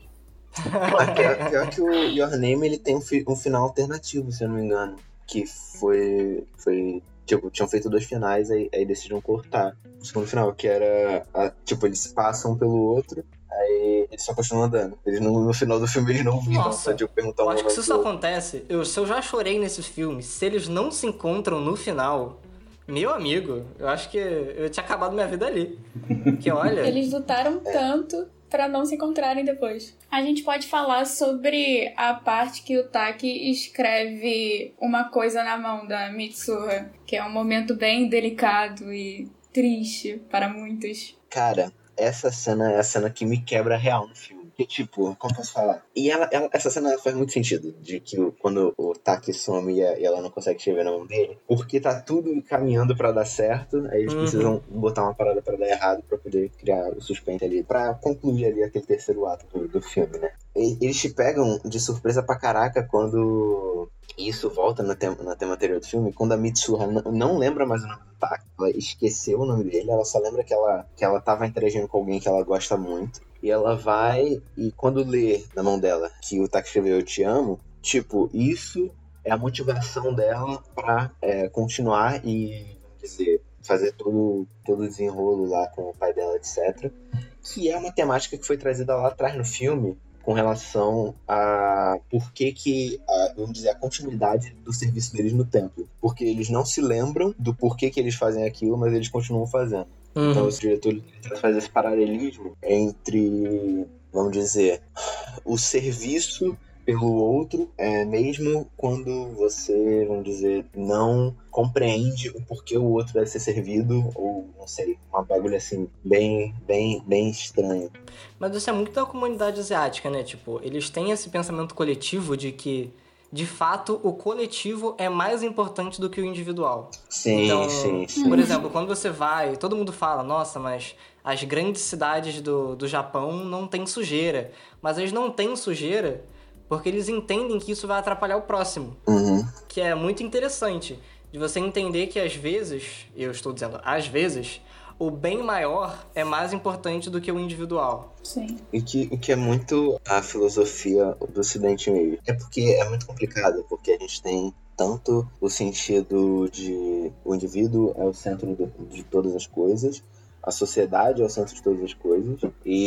Pior que o Your Name, ele tem um final alternativo, se eu não me engano. Que foi tipo, tinham feito 2 finais, aí decidiram cortar o segundo final, que era, tipo, eles passam pelo outro, aí eles só continuam andando. Eles no final do filme eles não viram. Nossa, de eu perguntar eu acho que se isso acontece, se eu já chorei nesses filmes, se eles não se encontram no final, meu amigo, eu acho que eu tinha acabado minha vida ali. Que olha... Eles lutaram tanto pra não se encontrarem depois. A gente pode falar sobre a parte que o Taki escreve uma coisa na mão da Mitsuha, que é um momento bem delicado e triste para muitos. Cara, essa cena é a cena que me quebra real no filme. Que tipo, como posso falar? E essa cena faz muito sentido, de que quando o Taki some e ela não consegue escrever na mão dele, porque tá tudo caminhando pra dar certo, aí eles precisam botar uma parada pra dar errado pra poder criar o suspense ali, pra concluir ali aquele terceiro ato do filme, né? Eles te pegam de surpresa pra caraca quando... E isso volta no tema anterior do filme, quando a Mitsuha não lembra mais o nome do Taki, ela esqueceu o nome dele, ela só lembra que ela tava interagindo com alguém que ela gosta muito. E ela vai, e quando lê na mão dela que o Taki escreveu "Eu te amo", tipo, isso é a motivação dela pra continuar e, vamos dizer, fazer todo o desenrolo lá com o pai dela, etc. Que é uma temática que foi trazida lá atrás no filme, com relação a por que vamos dizer, a continuidade do serviço deles no templo. Porque eles não se lembram do porquê que eles fazem aquilo, mas eles continuam fazendo. Então o diretor faz esse paralelismo entre, vamos dizer, o serviço pelo outro, mesmo quando você, vamos dizer, não compreende o porquê o outro deve ser servido, ou, não sei, uma bagulho assim, bem estranho. Mas isso é muito da comunidade asiática, né? Tipo, eles têm esse pensamento coletivo de que, de fato, o coletivo é mais importante do que o individual. Sim, então, sim. Por exemplo, quando você vai, todo mundo fala, nossa, mas as grandes cidades do Japão não têm sujeira. Mas eles não têm sujeira porque eles entendem que isso vai atrapalhar o próximo. Que é muito interessante. De você entender que às vezes, eu estou dizendo, às vezes, o bem maior é mais importante do que o individual. Sim. O que é muito a filosofia do Ocidente mesmo. É porque é muito complicado, porque a gente tem tanto o sentido de o indivíduo é o centro de todas as coisas, a sociedade é o centro de todas as coisas,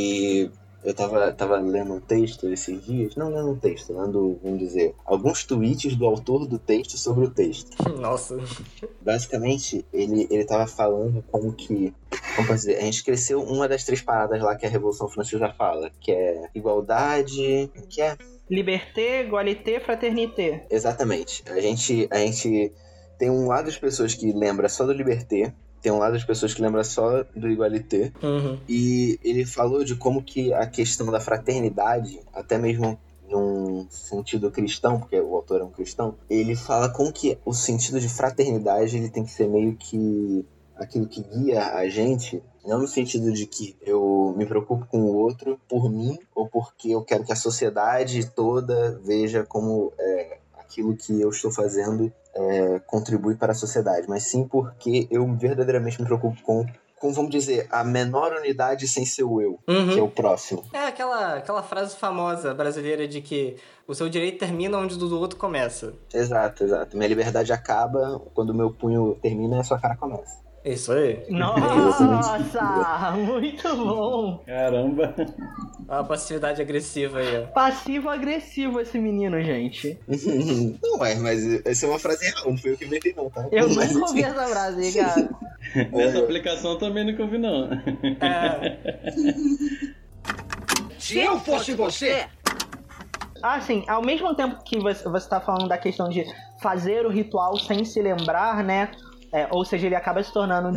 e eu tava lendo um texto esses dias, não lendo um texto, lendo, vamos dizer, alguns tweets do autor do texto sobre o texto. Nossa. Basicamente, ele tava falando como posso dizer, a gente cresceu uma das 3 paradas lá que a Revolução Francesa fala, que é igualdade, que é... Liberté, égalité, fraternité. Exatamente. A gente tem um lado das pessoas que lembra só do liberté, tem um lado das pessoas que lembra só do igualité. E ele falou de como que a questão da fraternidade, até mesmo num sentido cristão, porque o autor é um cristão, ele fala como que o sentido de fraternidade ele tem que ser meio que aquilo que guia a gente, não no sentido de que eu me preocupo com o outro por mim, ou porque eu quero que a sociedade toda veja como aquilo que eu estou fazendo contribui para a sociedade, mas sim porque eu verdadeiramente me preocupo com, vamos dizer, a menor unidade sem ser o eu, que é o próximo. É aquela frase famosa brasileira de que o seu direito termina onde o do outro começa. Exato. Minha liberdade acaba quando o meu punho termina e a sua cara começa. Isso aí. Nossa, muito bom. Caramba. Uma passividade agressiva aí, ó. Passivo-agressivo esse menino, gente. Não, mas essa é uma frase real, não foi eu que inventei não, tá? Eu Mas, nunca ouvi enfim. essa frase, cara. Nessa aplicação também nunca ouvi, não. Se eu fosse você... Assim, ao mesmo tempo que você tá falando da questão de fazer o ritual sem se lembrar, né? Ou seja, ele acaba se tornando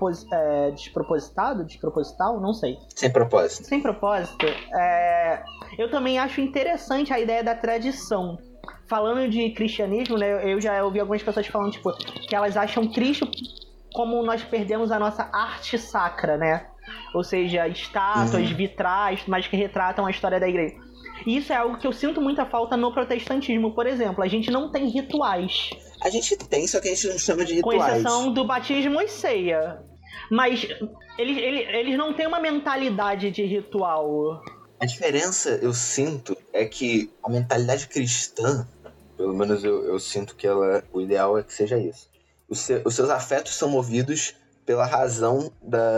desproposital, não sei. Sem propósito. Sem propósito, eu também acho interessante a ideia da tradição. Falando de cristianismo, né, eu já ouvi algumas pessoas falando, tipo, que elas acham Cristo como nós perdemos a nossa arte sacra, né? Ou seja, estátuas, vitrais, mas que retratam a história da igreja. E isso é algo que eu sinto muita falta no protestantismo, por exemplo. A gente não tem rituais. A gente tem, só que a gente não chama de rituais. Com exceção do batismo e ceia. Mas eles não têm uma mentalidade de ritual. A diferença, eu sinto, é que a mentalidade cristã, pelo menos eu sinto que o ideal é que seja isso. Os seus afetos são movidos pela razão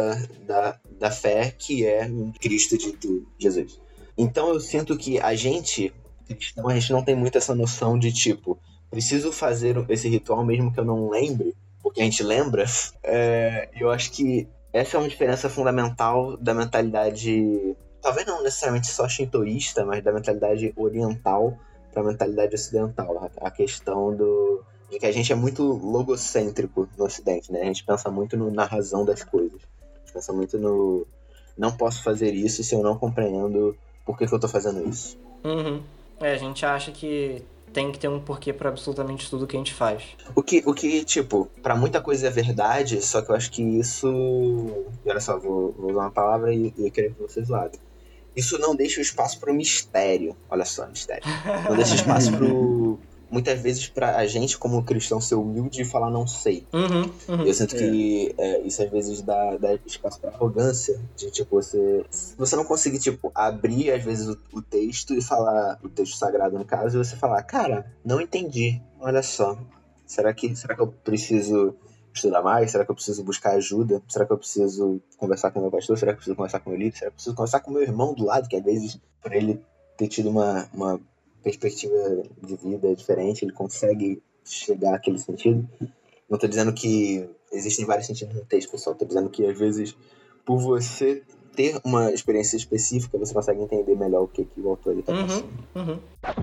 da fé que é Cristo de Jesus. Então eu sinto que a gente, cristão, a gente não tem muito essa noção de tipo, preciso fazer esse ritual mesmo que eu não lembre, porque a gente lembra. Eu acho que essa é uma diferença fundamental da mentalidade, talvez não necessariamente só shintoísta, mas da mentalidade oriental para a mentalidade ocidental. A questão de que a gente é muito logocêntrico no ocidente, né? A gente pensa muito na razão das coisas. A gente pensa muito no não posso fazer isso se eu não compreendo por que eu tô fazendo isso. Uhum. A gente acha que tem que ter um porquê pra absolutamente tudo que a gente faz. O que tipo, pra muita coisa é verdade, só que eu acho que isso... E olha só, vou usar uma palavra e eu quero que vocês zoarem. Isso não deixa o espaço pro mistério. Olha só, mistério. Não deixa espaço pro... Muitas vezes pra a gente, como cristão, ser humilde e falar não sei. Eu sinto que isso às vezes dá espaço pra arrogância. De tipo, você não conseguir, tipo, abrir às vezes o texto e falar, o texto sagrado no caso, e você falar, cara, não entendi, olha só. Será que eu preciso estudar mais? Será que eu preciso buscar ajuda? Será que eu preciso conversar com o meu pastor? Será que eu preciso conversar com o meu líder? Será que eu preciso conversar com o meu irmão do lado? Que às vezes, por ele ter tido uma perspectiva de vida diferente, ele consegue chegar àquele sentido. Não tô dizendo que existem vários sentidos no texto, pessoal. Tô dizendo que às vezes, por você ter uma experiência específica, você consegue entender melhor o que o autor está passando.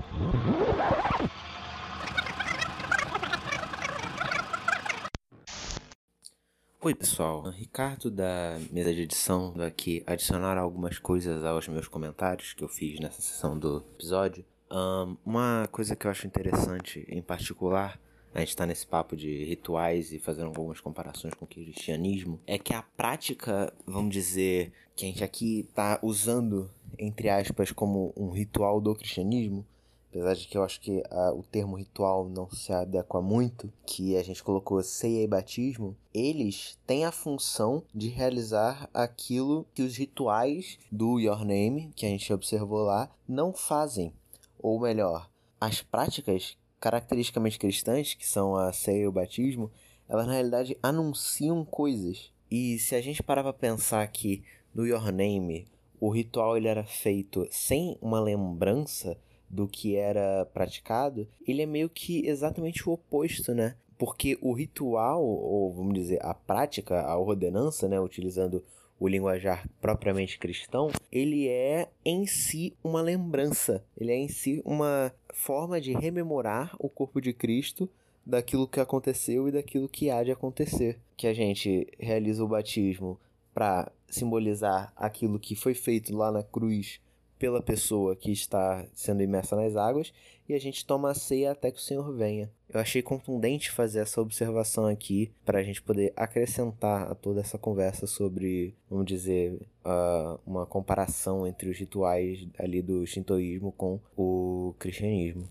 Oi pessoal, Ricardo da mesa de edição aqui adicionar algumas coisas aos meus comentários que eu fiz nessa sessão do episódio. Uma coisa que eu acho interessante em particular, a gente tá nesse papo de rituais e fazendo algumas comparações com o cristianismo, é que a prática, vamos dizer, que a gente aqui tá usando, entre aspas, como um ritual do cristianismo, apesar de que eu acho que o termo ritual não se adequa muito, que a gente colocou ceia e batismo, eles têm a função de realizar aquilo que os rituais do Your Name, que a gente observou lá, não fazem. Ou melhor, as práticas caracteristicamente cristãs, que são a ceia e o batismo, elas na realidade anunciam coisas. E se a gente parar para pensar que no Your Name o ritual ele era feito sem uma lembrança do que era praticado, ele é meio que exatamente o oposto, né? Porque o ritual, ou vamos dizer, a prática, a ordenança, né, utilizando o linguajar propriamente cristão, ele é em si uma lembrança. Ele é em si uma forma de rememorar o corpo de Cristo daquilo que aconteceu e daquilo que há de acontecer. Que a gente realiza o batismo para simbolizar aquilo que foi feito lá na cruz pela pessoa que está sendo imersa nas águas, e a gente toma a ceia até que o Senhor venha. Eu achei contundente fazer essa observação aqui para a gente poder acrescentar a toda essa conversa sobre, vamos dizer, uma comparação entre os rituais ali do shintoísmo com o cristianismo.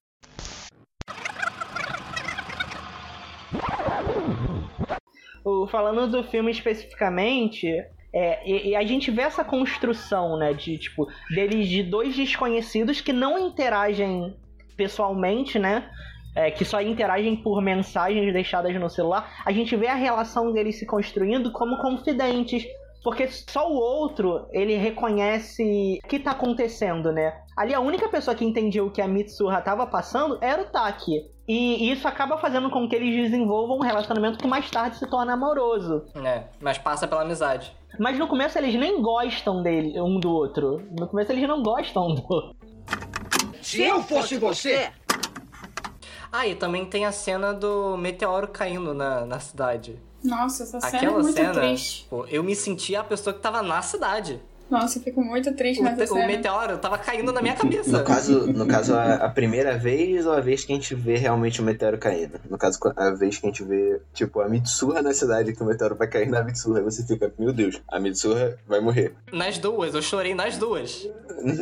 Falando do filme especificamente, e a gente vê essa construção, né, de dois desconhecidos que não interagem pessoalmente, né, que só interagem por mensagens deixadas no celular, a gente vê a relação deles se construindo como confidentes. Porque só o outro, ele reconhece o que tá acontecendo, né? Ali a única pessoa que entendia o que a Mitsuha tava passando era o Taki. E isso acaba fazendo com que eles desenvolvam um relacionamento que mais tarde se torna amoroso. Mas passa pela amizade. Mas no começo eles nem gostam dele, um do outro. No começo eles não gostam um do outro. Se eu fosse você... E também tem a cena do meteoro caindo na cidade. Nossa, essa cena Aquela é muito cena, triste. Pô, eu me sentia a pessoa que tava na cidade. Nossa, eu fico muito triste nessa cena. O meteoro tava caindo na minha cabeça. No caso, a primeira vez ou a vez que a gente vê realmente o meteoro caindo? No caso, a vez que a gente vê, tipo, a Mitsuha na cidade, que o meteoro vai cair na Mitsuha, e você fica, meu Deus, a Mitsuha vai morrer. Nas duas, eu chorei nas duas.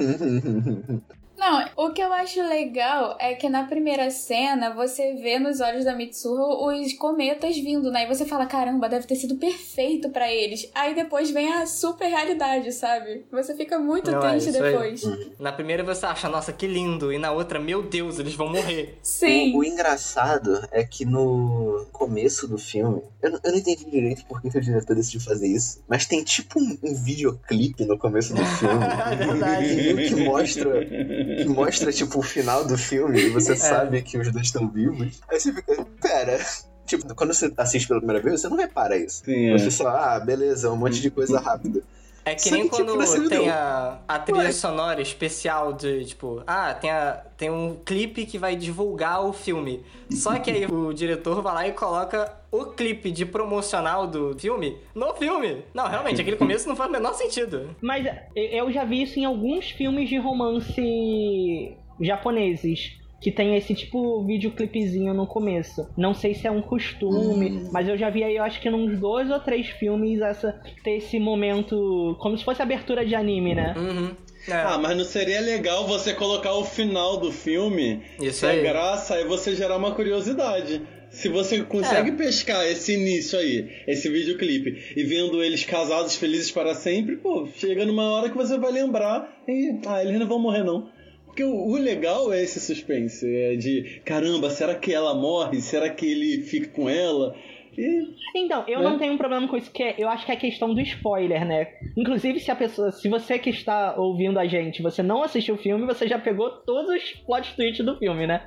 Não, o que eu acho legal é que na primeira cena você vê nos olhos da Mitsuha os cometas vindo, né? E você fala, caramba, deve ter sido perfeito pra eles. Aí depois vem a super realidade, sabe? Você fica muito triste depois. Na primeira você acha, nossa, que lindo. E na outra, meu Deus, eles vão morrer. Sim. O engraçado é que no começo do filme, eu não entendi direito por que o diretor decidiu fazer isso, mas tem tipo um videoclipe no começo do filme. É verdade. Que mostra, tipo, o final do filme e você sabe que os dois estão vivos. Aí você fica, pera... Tipo, quando você assiste pela primeira vez, você não repara isso. Sim, você só, beleza, um monte de coisa rápida. É que nem quando tem a trilha sonora especial de, tipo... tem um clipe que vai divulgar o filme. Só que aí o diretor vai lá e coloca o clipe de promocional do filme no filme. Não, realmente, aquele começo não faz o menor sentido. Mas eu já vi isso em alguns filmes de romance japoneses, que tem esse tipo videoclipezinho no começo. Não sei se é um costume, mas eu já vi aí, eu acho que nos 2 ou 3 filmes ter esse momento, como se fosse abertura de anime, né? Mas não seria legal você colocar o final do filme? Isso aí. É graça, aí você gerar uma curiosidade. Se você consegue pescar esse início aí, esse videoclipe, e vendo eles casados felizes para sempre, pô, chega numa hora que você vai lembrar e, eles não vão morrer não. Porque o legal é esse suspense, é de, caramba, será que ela morre? Será que ele fica com ela? Então, eu não tenho um problema com isso, que eu acho que é a questão do spoiler, né? Inclusive, se você que está ouvindo a gente, você não assistiu o filme, você já pegou todos os plot twists do filme, né?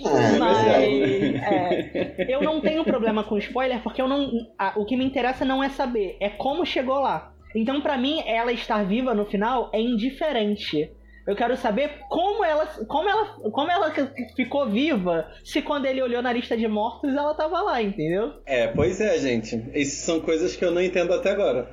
Eu não tenho problema com spoiler, porque o que me interessa não é saber, é como chegou lá. Então, pra mim, ela estar viva no final é indiferente. Eu quero saber como ela ficou viva, se quando ele olhou na lista de mortos ela tava lá, entendeu? Pois é, gente. Essas são coisas que eu não entendo até agora.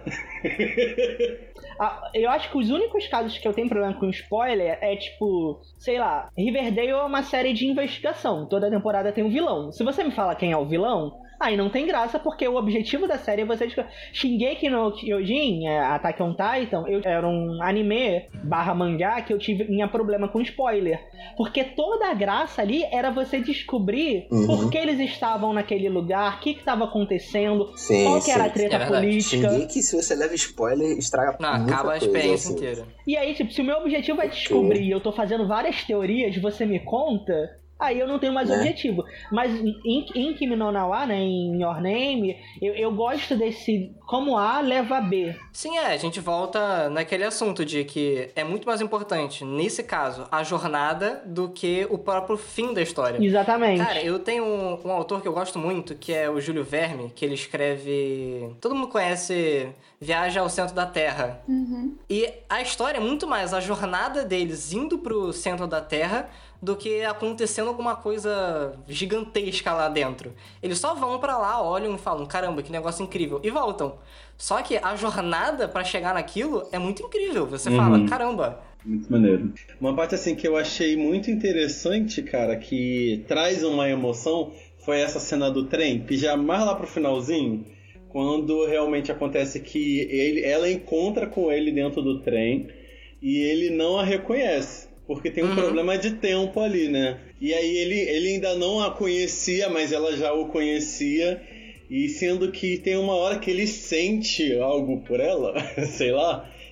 Eu acho que os únicos casos que eu tenho problema com spoiler é tipo, sei lá, Riverdale é uma série de investigação. Toda temporada tem um vilão. Se você me fala quem é o vilão, aí não tem graça, porque o objetivo da série é você... Shingeki no Kyojin, Attack on Titan, era um anime / mangá que eu tinha problema com spoiler. Porque toda a graça ali era você descobrir por que eles estavam naquele lugar, o que estava acontecendo, qual que era a treta política. Shingeki, se você leva spoiler, estraga acaba a experiência inteira. E aí, tipo, se o meu objetivo é descobrir e eu tô fazendo várias teorias, você me conta... Aí eu não tenho mais objetivo. Mas em Kimi no Na wa, né, em Your Name, eu gosto desse... Como A leva a B. Sim, a gente volta naquele assunto de que é muito mais importante, nesse caso, a jornada do que o próprio fim da história. Exatamente. Cara, eu tenho um autor que eu gosto muito, que é o Júlio Verne, que ele escreve... Todo mundo conhece Viagem ao Centro da Terra. E a história é muito mais a jornada deles indo pro centro da Terra do que acontecendo alguma coisa gigantesca lá dentro. Eles só vão pra lá, olham e falam, caramba, que negócio incrível, e voltam. Só que a jornada pra chegar naquilo é muito incrível. Você fala, caramba. Muito maneiro. Uma parte assim que eu achei muito interessante, cara, que traz uma emoção, foi essa cena do trem, que já mais lá pro finalzinho, quando realmente acontece que ela encontra com ele dentro do trem e ele não a reconhece. Porque tem um problema de tempo ali, né? E aí ele ainda não a conhecia, mas ela já o conhecia. E sendo que tem uma hora que ele sente algo por ela, sei lá,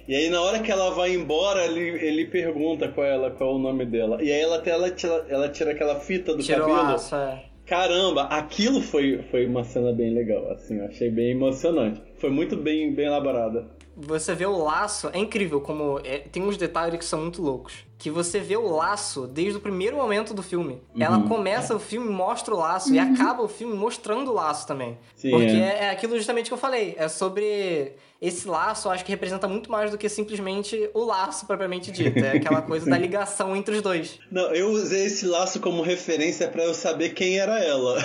E aí na hora que ela vai embora, ele pergunta qual é o nome dela. E aí ela tira aquela fita do cabelo. Laço, Caramba, aquilo foi uma cena bem legal, assim, eu achei bem emocionante. Foi muito bem elaborada. Você vê o laço, é incrível como... tem uns detalhes que são muito loucos. Que você vê o laço desde o primeiro momento do filme. Ela começa o filme, mostra o laço, e acaba o filme mostrando o laço também. Sim, porque é aquilo justamente que eu falei. É sobre... Esse laço, eu acho que representa muito mais do que simplesmente o laço propriamente dito. É aquela coisa da ligação entre os dois. Não, eu usei esse laço como referência pra eu saber quem era ela.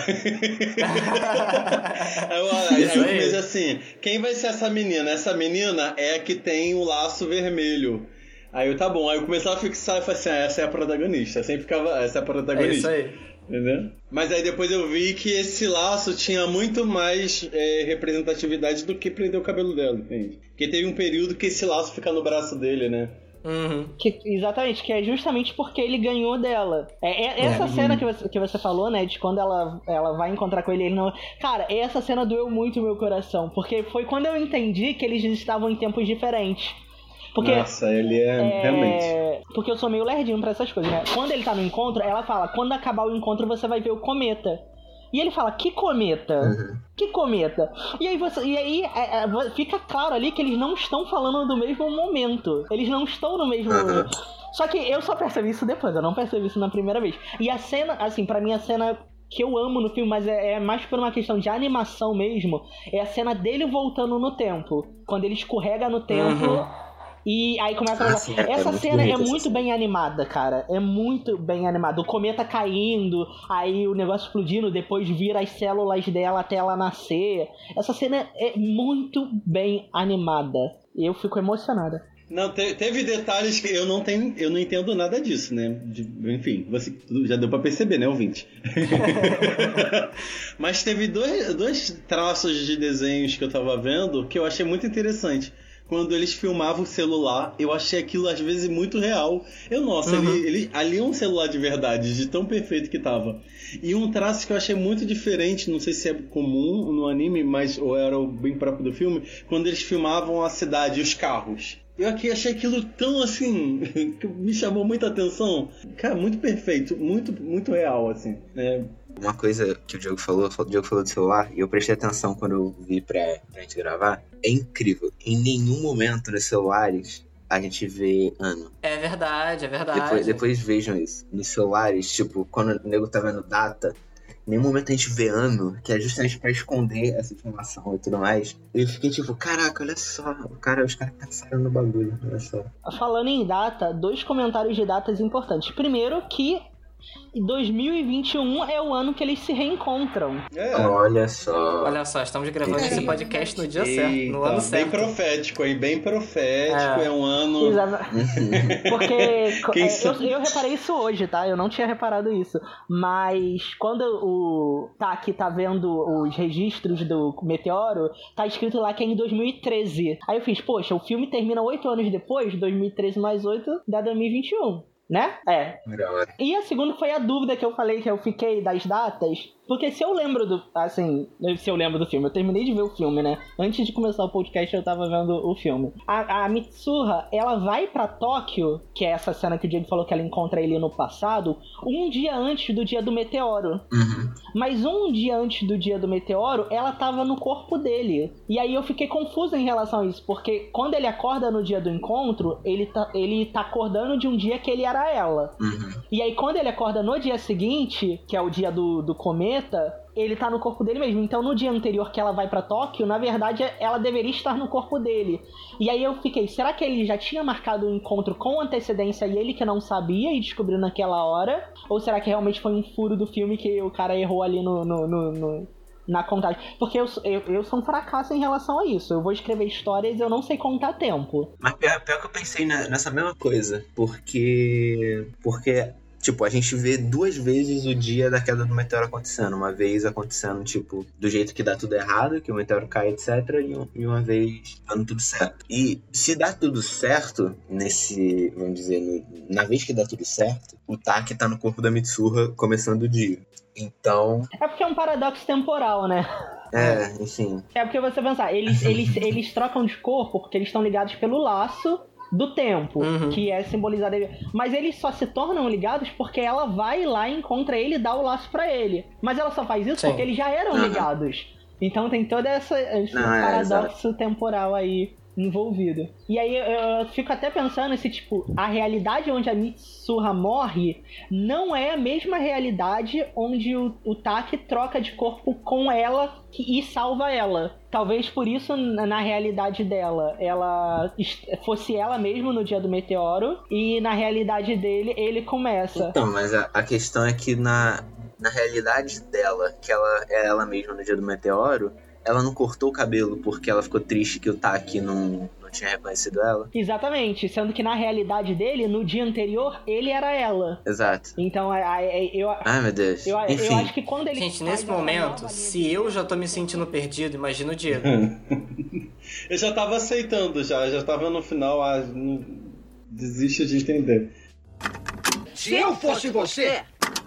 Aí eu fiz assim, quem vai ser essa menina? Essa menina é a que tem o laço vermelho. Aí eu, tá bom. Aí eu comecei a fixar e falei assim, essa é a protagonista. Eu sempre ficava, essa é a protagonista. É isso aí. Entendeu? Mas aí depois eu vi que esse laço tinha muito mais representatividade do que prender o cabelo dela, entende? Porque teve um período que esse laço fica no braço dele, né? Exatamente, que é justamente porque ele ganhou dela. Essa cena que você falou, né, de quando ela vai encontrar com ele não... Cara, essa cena doeu muito no meu coração, porque foi quando eu entendi que eles estavam em tempos diferentes. Porque, nossa, ele realmente... Porque eu sou meio lerdinho pra essas coisas, né? Quando ele tá no encontro, ela fala, quando acabar o encontro você vai ver o cometa. E ele fala, que cometa? Que cometa? E aí fica claro ali que eles não estão falando do mesmo momento. Eles não estão no mesmo momento. Só que eu só percebi isso depois, eu não percebi isso na primeira vez. E a cena, assim, pra mim a cena que eu amo no filme, mas é mais por uma questão de animação mesmo, é a cena dele voltando no tempo. Quando ele escorrega no tempo... E aí começa a... Essa cena é muito bem animada, cara. É muito bem animada. O cometa caindo, aí o negócio explodindo, depois vira as células dela até ela nascer. Essa cena é muito bem animada. E eu fico emocionada. Não, teve detalhes que eu não entendo nada disso, né? Enfim, você já deu pra perceber, né, ouvinte? Mas teve dois traços de desenhos que eu tava vendo que eu achei muito interessante. Quando eles filmavam o celular, eu achei aquilo às vezes muito real. Ali é um celular de verdade, de tão perfeito que tava. E um traço que eu achei muito diferente, não sei se é comum no anime, mas ou era bem próprio do filme, quando eles filmavam a cidade e os carros. Eu aqui achei aquilo tão assim, que me chamou muita atenção. Cara, muito perfeito, muito, muito real, assim. Uma coisa que o Diogo falou do celular, e eu prestei atenção quando eu vi pra gente gravar, é incrível. Em nenhum momento nos celulares a gente vê ano. É verdade. Depois vejam isso. Nos celulares, tipo, quando o nego tá vendo data, em nenhum momento a gente vê ano, que é justamente pra esconder essa informação e tudo mais. Eu fiquei tipo, caraca, olha só, os caras pensaram no bagulho, olha só. Falando em data, 2 comentários de datas importantes. Primeiro que 2021 é o ano que eles se reencontram. Olha só, estamos gravando esse podcast no dia certo, no ano certo. Bem profético, hein? Bem profético, é um ano... Porque eu reparei isso hoje, tá? Eu não tinha reparado isso. Mas quando o Taki tá vendo os registros do meteoro, tá escrito lá que é em 2013. Aí eu fiz, poxa, o filme termina 8 anos depois, 2013 mais 8 dá 2021. Né? E a segunda foi a dúvida que eu falei, que eu fiquei das datas. Porque se eu lembro do filme, eu terminei de ver o filme, né? Antes de começar o podcast eu tava vendo o filme. A Mitsuha, ela vai pra Tóquio, que é essa cena que o Diego falou que ela encontra ele no passado, um dia antes do dia do meteoro. Mas um dia antes do dia do meteoro, ela tava no corpo dele. E aí eu fiquei confusa em relação a isso, porque quando ele acorda no dia do encontro, ele tá acordando de um dia que ele era ela. E aí quando ele acorda no dia seguinte, que é o dia do cometa, ele tá no corpo dele mesmo. Então no dia anterior que ela vai pra Tóquio, na verdade ela deveria estar no corpo dele. E aí eu fiquei, será que ele já tinha marcado o encontro com antecedência e ele que não sabia e descobriu naquela hora? Ou será que realmente foi um furo do filme que o cara errou ali na contagem? Porque eu sou um fracasso em relação a isso. Eu vou escrever histórias e eu não sei contar tempo. Mas pior que eu pensei nessa mesma coisa. Porque tipo, a gente vê 2 vezes o dia da queda do meteoro acontecendo. Uma vez acontecendo, tipo, do jeito que dá tudo errado, que o meteoro cai, etc. E uma vez dando tudo certo. E se dá tudo certo, vamos dizer, na vez que dá tudo certo, o Taki tá no corpo da Mitsuha começando o dia. Então... É porque é um paradoxo temporal, né? Enfim. É porque você pensar, eles trocam de corpo porque eles estão ligados pelo laço do tempo, que é simbolizado. Mas eles só se tornam ligados porque ela vai lá, encontra ele e dá o laço pra ele. Mas ela só faz isso porque eles já eram ligados. Então tem todo esse paradoxo temporal aí envolvido. E aí eu fico até pensando se, tipo, a realidade onde a Mitsuha morre não é a mesma realidade onde o Taki troca de corpo com ela e salva ela. Talvez por isso, na realidade dela, ela fosse ela mesma no dia do meteoro, e na realidade dele, ele começa. Então, mas a questão é que na realidade dela, que ela é ela mesma no dia do meteoro, ela não cortou o cabelo porque ela ficou triste que o Taki não tinha reconhecido ela. Exatamente, sendo que na realidade dele, no dia anterior, ele era ela. Exato. Então, Ai, meu Deus. Eu acho que quando ele... Gente, nesse momento, se eu já tô me sentindo perdido, imagina o Diego. Eu já tava aceitando, já tava no final, não desiste de entender. Se eu fosse você...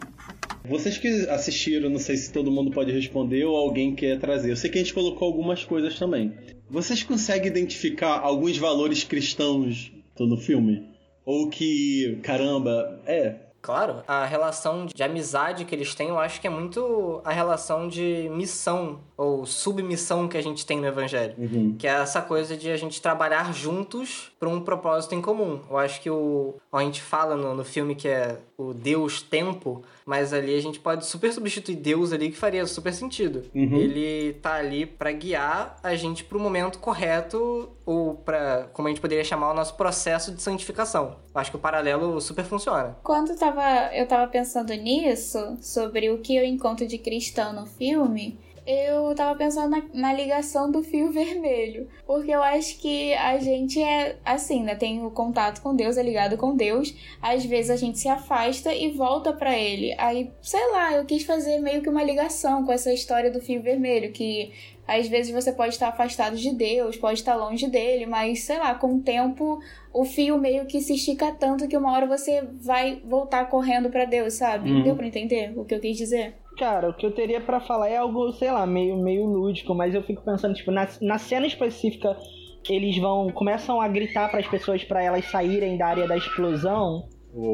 Vocês que assistiram, não sei se todo mundo pode responder ou alguém quer trazer. Eu sei que a gente colocou algumas coisas também. Vocês conseguem identificar alguns valores cristãos no filme? Ou que, caramba, Claro, a relação de amizade que eles têm, eu acho que é muito a relação de missão ou submissão que a gente tem no Evangelho. Que é essa coisa de a gente trabalhar juntos para um propósito em comum. Eu acho que a gente fala no filme que é o Deus Tempo, mas ali a gente pode super substituir Deus ali, que faria super sentido. Ele tá ali para guiar a gente pro momento correto, ou para, como a gente poderia chamar, o nosso processo de santificação. Eu acho que o paralelo super funciona. Quando eu tava pensando nisso, sobre o que eu encontro de cristão no filme, eu tava pensando na ligação do fio vermelho. Porque eu acho que a gente é assim, né? Tem o contato com Deus, é ligado com Deus. Às vezes a gente se afasta e volta pra ele. Aí, sei lá, eu quis fazer meio que uma ligação com essa história do fio vermelho. Que às vezes você pode estar afastado de Deus, pode estar longe dele. Mas, sei lá, com o tempo o fio meio que se estica tanto que uma hora você vai voltar correndo pra Deus, sabe? Deu pra entender o que eu quis dizer? Cara, o que eu teria pra falar é algo, sei lá, meio lúdico, mas eu fico pensando, tipo, na cena específica, eles começam a gritar pras pessoas pra elas saírem da área da explosão.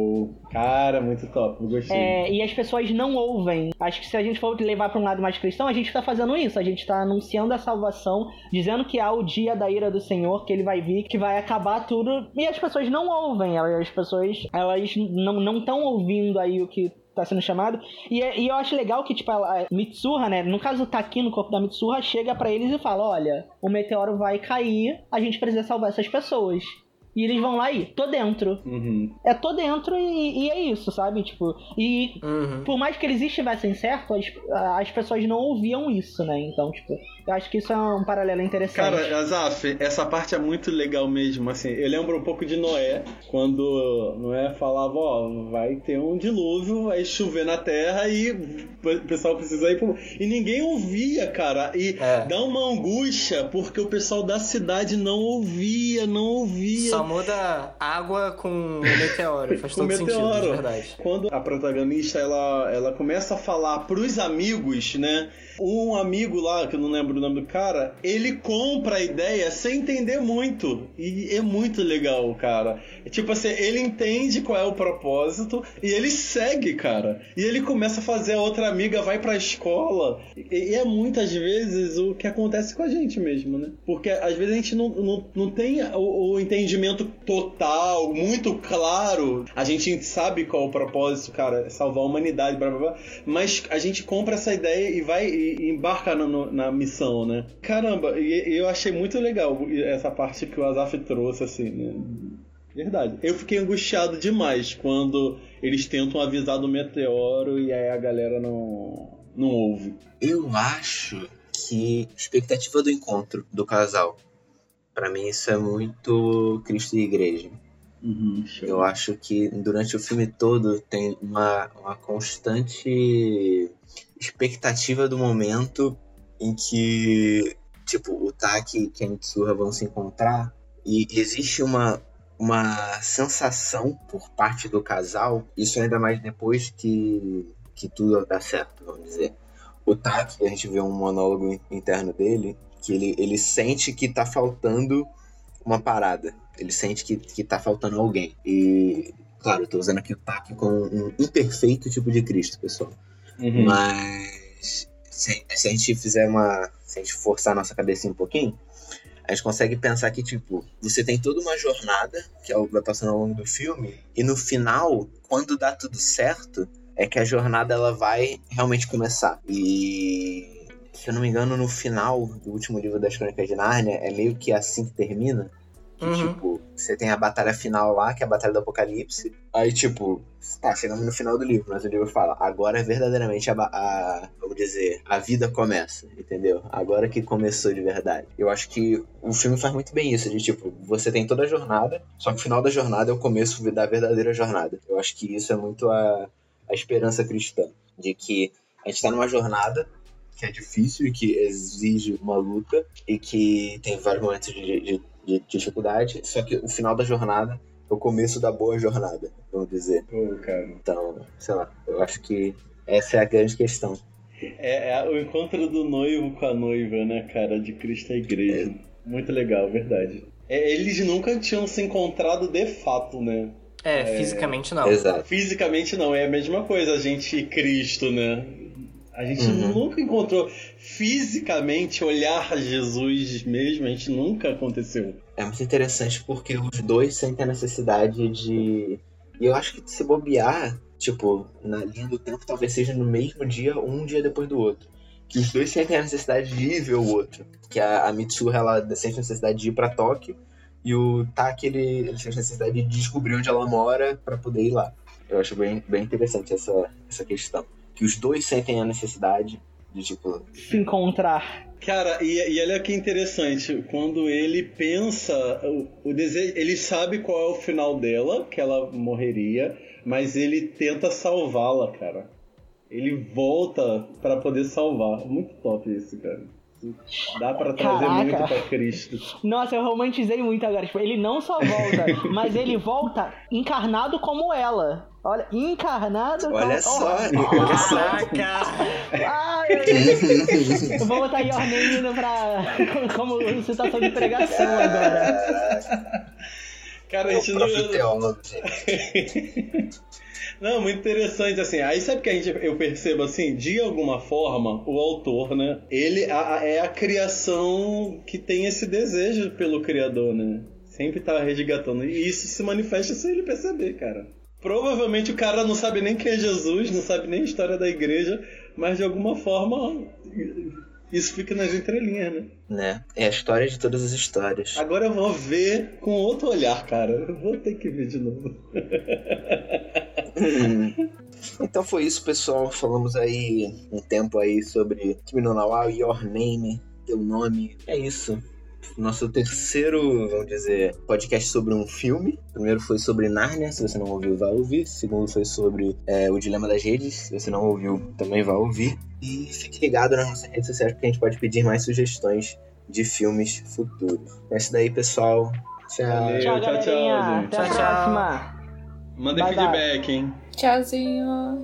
Cara, muito top, eu gostei. E as pessoas não ouvem. Acho que se a gente for levar pra um lado mais cristão, a gente tá fazendo isso. A gente tá anunciando a salvação, dizendo que há o dia da ira do Senhor, que ele vai vir, que vai acabar tudo. E as pessoas não ouvem. As pessoas, elas não estão ouvindo aí o que tá sendo chamado. E eu acho legal que, tipo, a Mitsuha, né? No caso, o Taki no corpo da Mitsuha chega pra eles e fala: olha, o meteoro vai cair, a gente precisa salvar essas pessoas. E eles vão lá e tô dentro. Tô dentro e é isso, sabe? Tipo, por mais que eles estivessem certo, as pessoas não ouviam isso, né? Então, tipo, eu acho que isso é um paralelo interessante. Cara, Azaf, essa parte é muito legal mesmo, assim. Eu lembro um pouco de Noé, quando Noé falava, vai ter um dilúvio, vai chover na terra e o pessoal precisa ir pro... E ninguém ouvia, cara. E dá uma angústia, porque o pessoal da cidade não ouvia. Só muda água com meteoro. Faz todo sentido, de verdade. Quando a protagonista, ela começa a falar pros amigos, né? Um amigo lá, que eu não lembro o nome do cara, ele compra a ideia sem entender muito. E é muito legal, cara. Tipo assim, ele entende qual é o propósito e ele segue, cara. E ele começa a fazer a outra amiga, vai pra escola. E é muitas vezes o que acontece com a gente mesmo, né? Porque às vezes a gente não tem o entendimento total, muito claro. A gente sabe qual é o propósito, cara, é salvar a humanidade, blá blá blá. Mas a gente compra essa ideia e vai e embarca na missão, né? Caramba, e eu achei muito legal essa parte que o Azaf trouxe, assim, né? Verdade. Eu fiquei angustiado demais quando eles tentam avisar do meteoro e aí a galera não ouve. Eu acho que a expectativa do encontro do casal, pra mim isso é muito Cristo e Igreja. Eu acho que durante o filme todo tem uma constante expectativa do momento em que, tipo, o Taki e a Mitsuha vão se encontrar e existe uma sensação por parte do casal, isso ainda mais depois que tudo dá certo, vamos dizer. o Taki, a gente vê um monólogo interno dele, que ele sente que tá faltando uma parada. Ele sente que tá faltando alguém. E, claro, eu tô usando aqui o Taki como um imperfeito tipo de Cristo, pessoal. Mas se a gente fizer se a gente forçar a nossa cabecinha um pouquinho, a gente consegue pensar que, tipo, você tem toda uma jornada que vai passando ao longo do filme, e no final, quando dá tudo certo, é que a jornada ela vai realmente começar. E, se eu não me engano, no final do último livro das Crônicas de Nárnia, é meio que assim que termina. Que, tipo, você tem a batalha final lá, que é a Batalha do Apocalipse. Aí, tipo, tá, chegamos no final do livro, mas o livro fala, agora verdadeiramente vamos dizer, a vida começa, entendeu? Agora que começou de verdade. Eu acho que o filme faz muito bem isso, de tipo, você tem toda a jornada, só que o final da jornada é o começo da verdadeira jornada. Eu acho que isso é muito a esperança cristã, de que a gente tá numa jornada que é difícil e que exige uma luta e que tem vários momentos de dificuldade, só que o final da jornada é o começo da boa jornada, vamos dizer. Cara. Então, sei lá, eu acho que essa é a grande questão. É o encontro do noivo com a noiva, né, cara, de Cristo e a igreja. Muito legal, verdade. Eles nunca tinham se encontrado de fato, né? Fisicamente não. Exato. Fisicamente não, é a mesma coisa, a gente e Cristo, né? A gente nunca encontrou fisicamente olhar Jesus mesmo, a gente nunca aconteceu. É muito interessante porque os dois sentem a necessidade de... E eu acho que se bobear, tipo, na linha do tempo, talvez seja no mesmo dia, um dia depois do outro. Que os dois sentem a necessidade de ir ver o outro. Que a Mitsuha, ela sente a necessidade de ir pra Tóquio, e o Taki, ele sente a necessidade de descobrir onde ela mora pra poder ir lá. Eu acho bem interessante essa questão. Que os dois sentem a necessidade de, tipo... se encontrar. Cara, e olha que interessante, quando ele pensa, o desejo, ele sabe qual é o final dela, que ela morreria, mas ele tenta salvá-la, cara. Ele volta pra poder salvar. Muito top isso, cara. Dá pra trazer muito pra Cristo. Nossa, eu romantizei muito agora. Tipo, ele não só volta, mas ele volta encarnado como ela. Olha, encarnado como... Olha só. Ai, eu vou botar Your Name como citação de pregação agora. Cara, a gente não... Não, muito interessante, assim, aí sabe que eu percebo, assim, de alguma forma, o autor, né, ele é a criação que tem esse desejo pelo criador, né, sempre tá resgatando, e isso se manifesta sem ele perceber, cara. Provavelmente o cara não sabe nem quem é Jesus, não sabe nem a história da igreja, mas de alguma forma isso fica nas entrelinhas, né? É a história de todas as histórias. Agora eu vou ver com outro olhar, cara, eu vou ter que ver de novo. Então foi isso, pessoal. Falamos aí um tempo aí sobre Kimi no Na wa, Your Name, teu nome. É isso. Nosso terceiro, vamos dizer, podcast sobre um filme. O primeiro foi sobre Nárnia, se você não ouviu, vai ouvir. O segundo foi sobre o Dilema das Redes, se você não ouviu, também vai ouvir. E fique ligado nas nossas redes sociais, porque a gente pode pedir mais sugestões de filmes futuros. É isso daí, pessoal. Tchau. Valeu, tchau, galerinha. Tchau. Até a próxima. Mandem feedback, hein? Tchauzinho.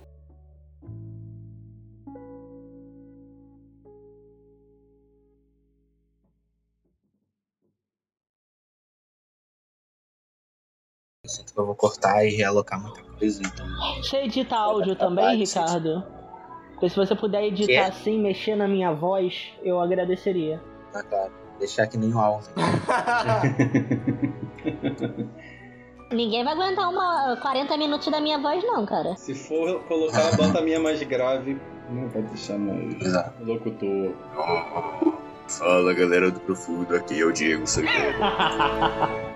Eu sinto que eu vou cortar e realocar muita coisa, então... Você edita áudio também, Ricardo? Porque se você puder editar assim, mexer na minha voz, eu agradeceria. Ah, claro. Deixar que nem o Alvin. Ninguém vai aguentar 40 minutos da minha voz, não, cara. Se for colocar, bota a minha mais grave. Não vai deixar mais locutor. Fala, galera do Profundo. Aqui é o Diego Cerqueira.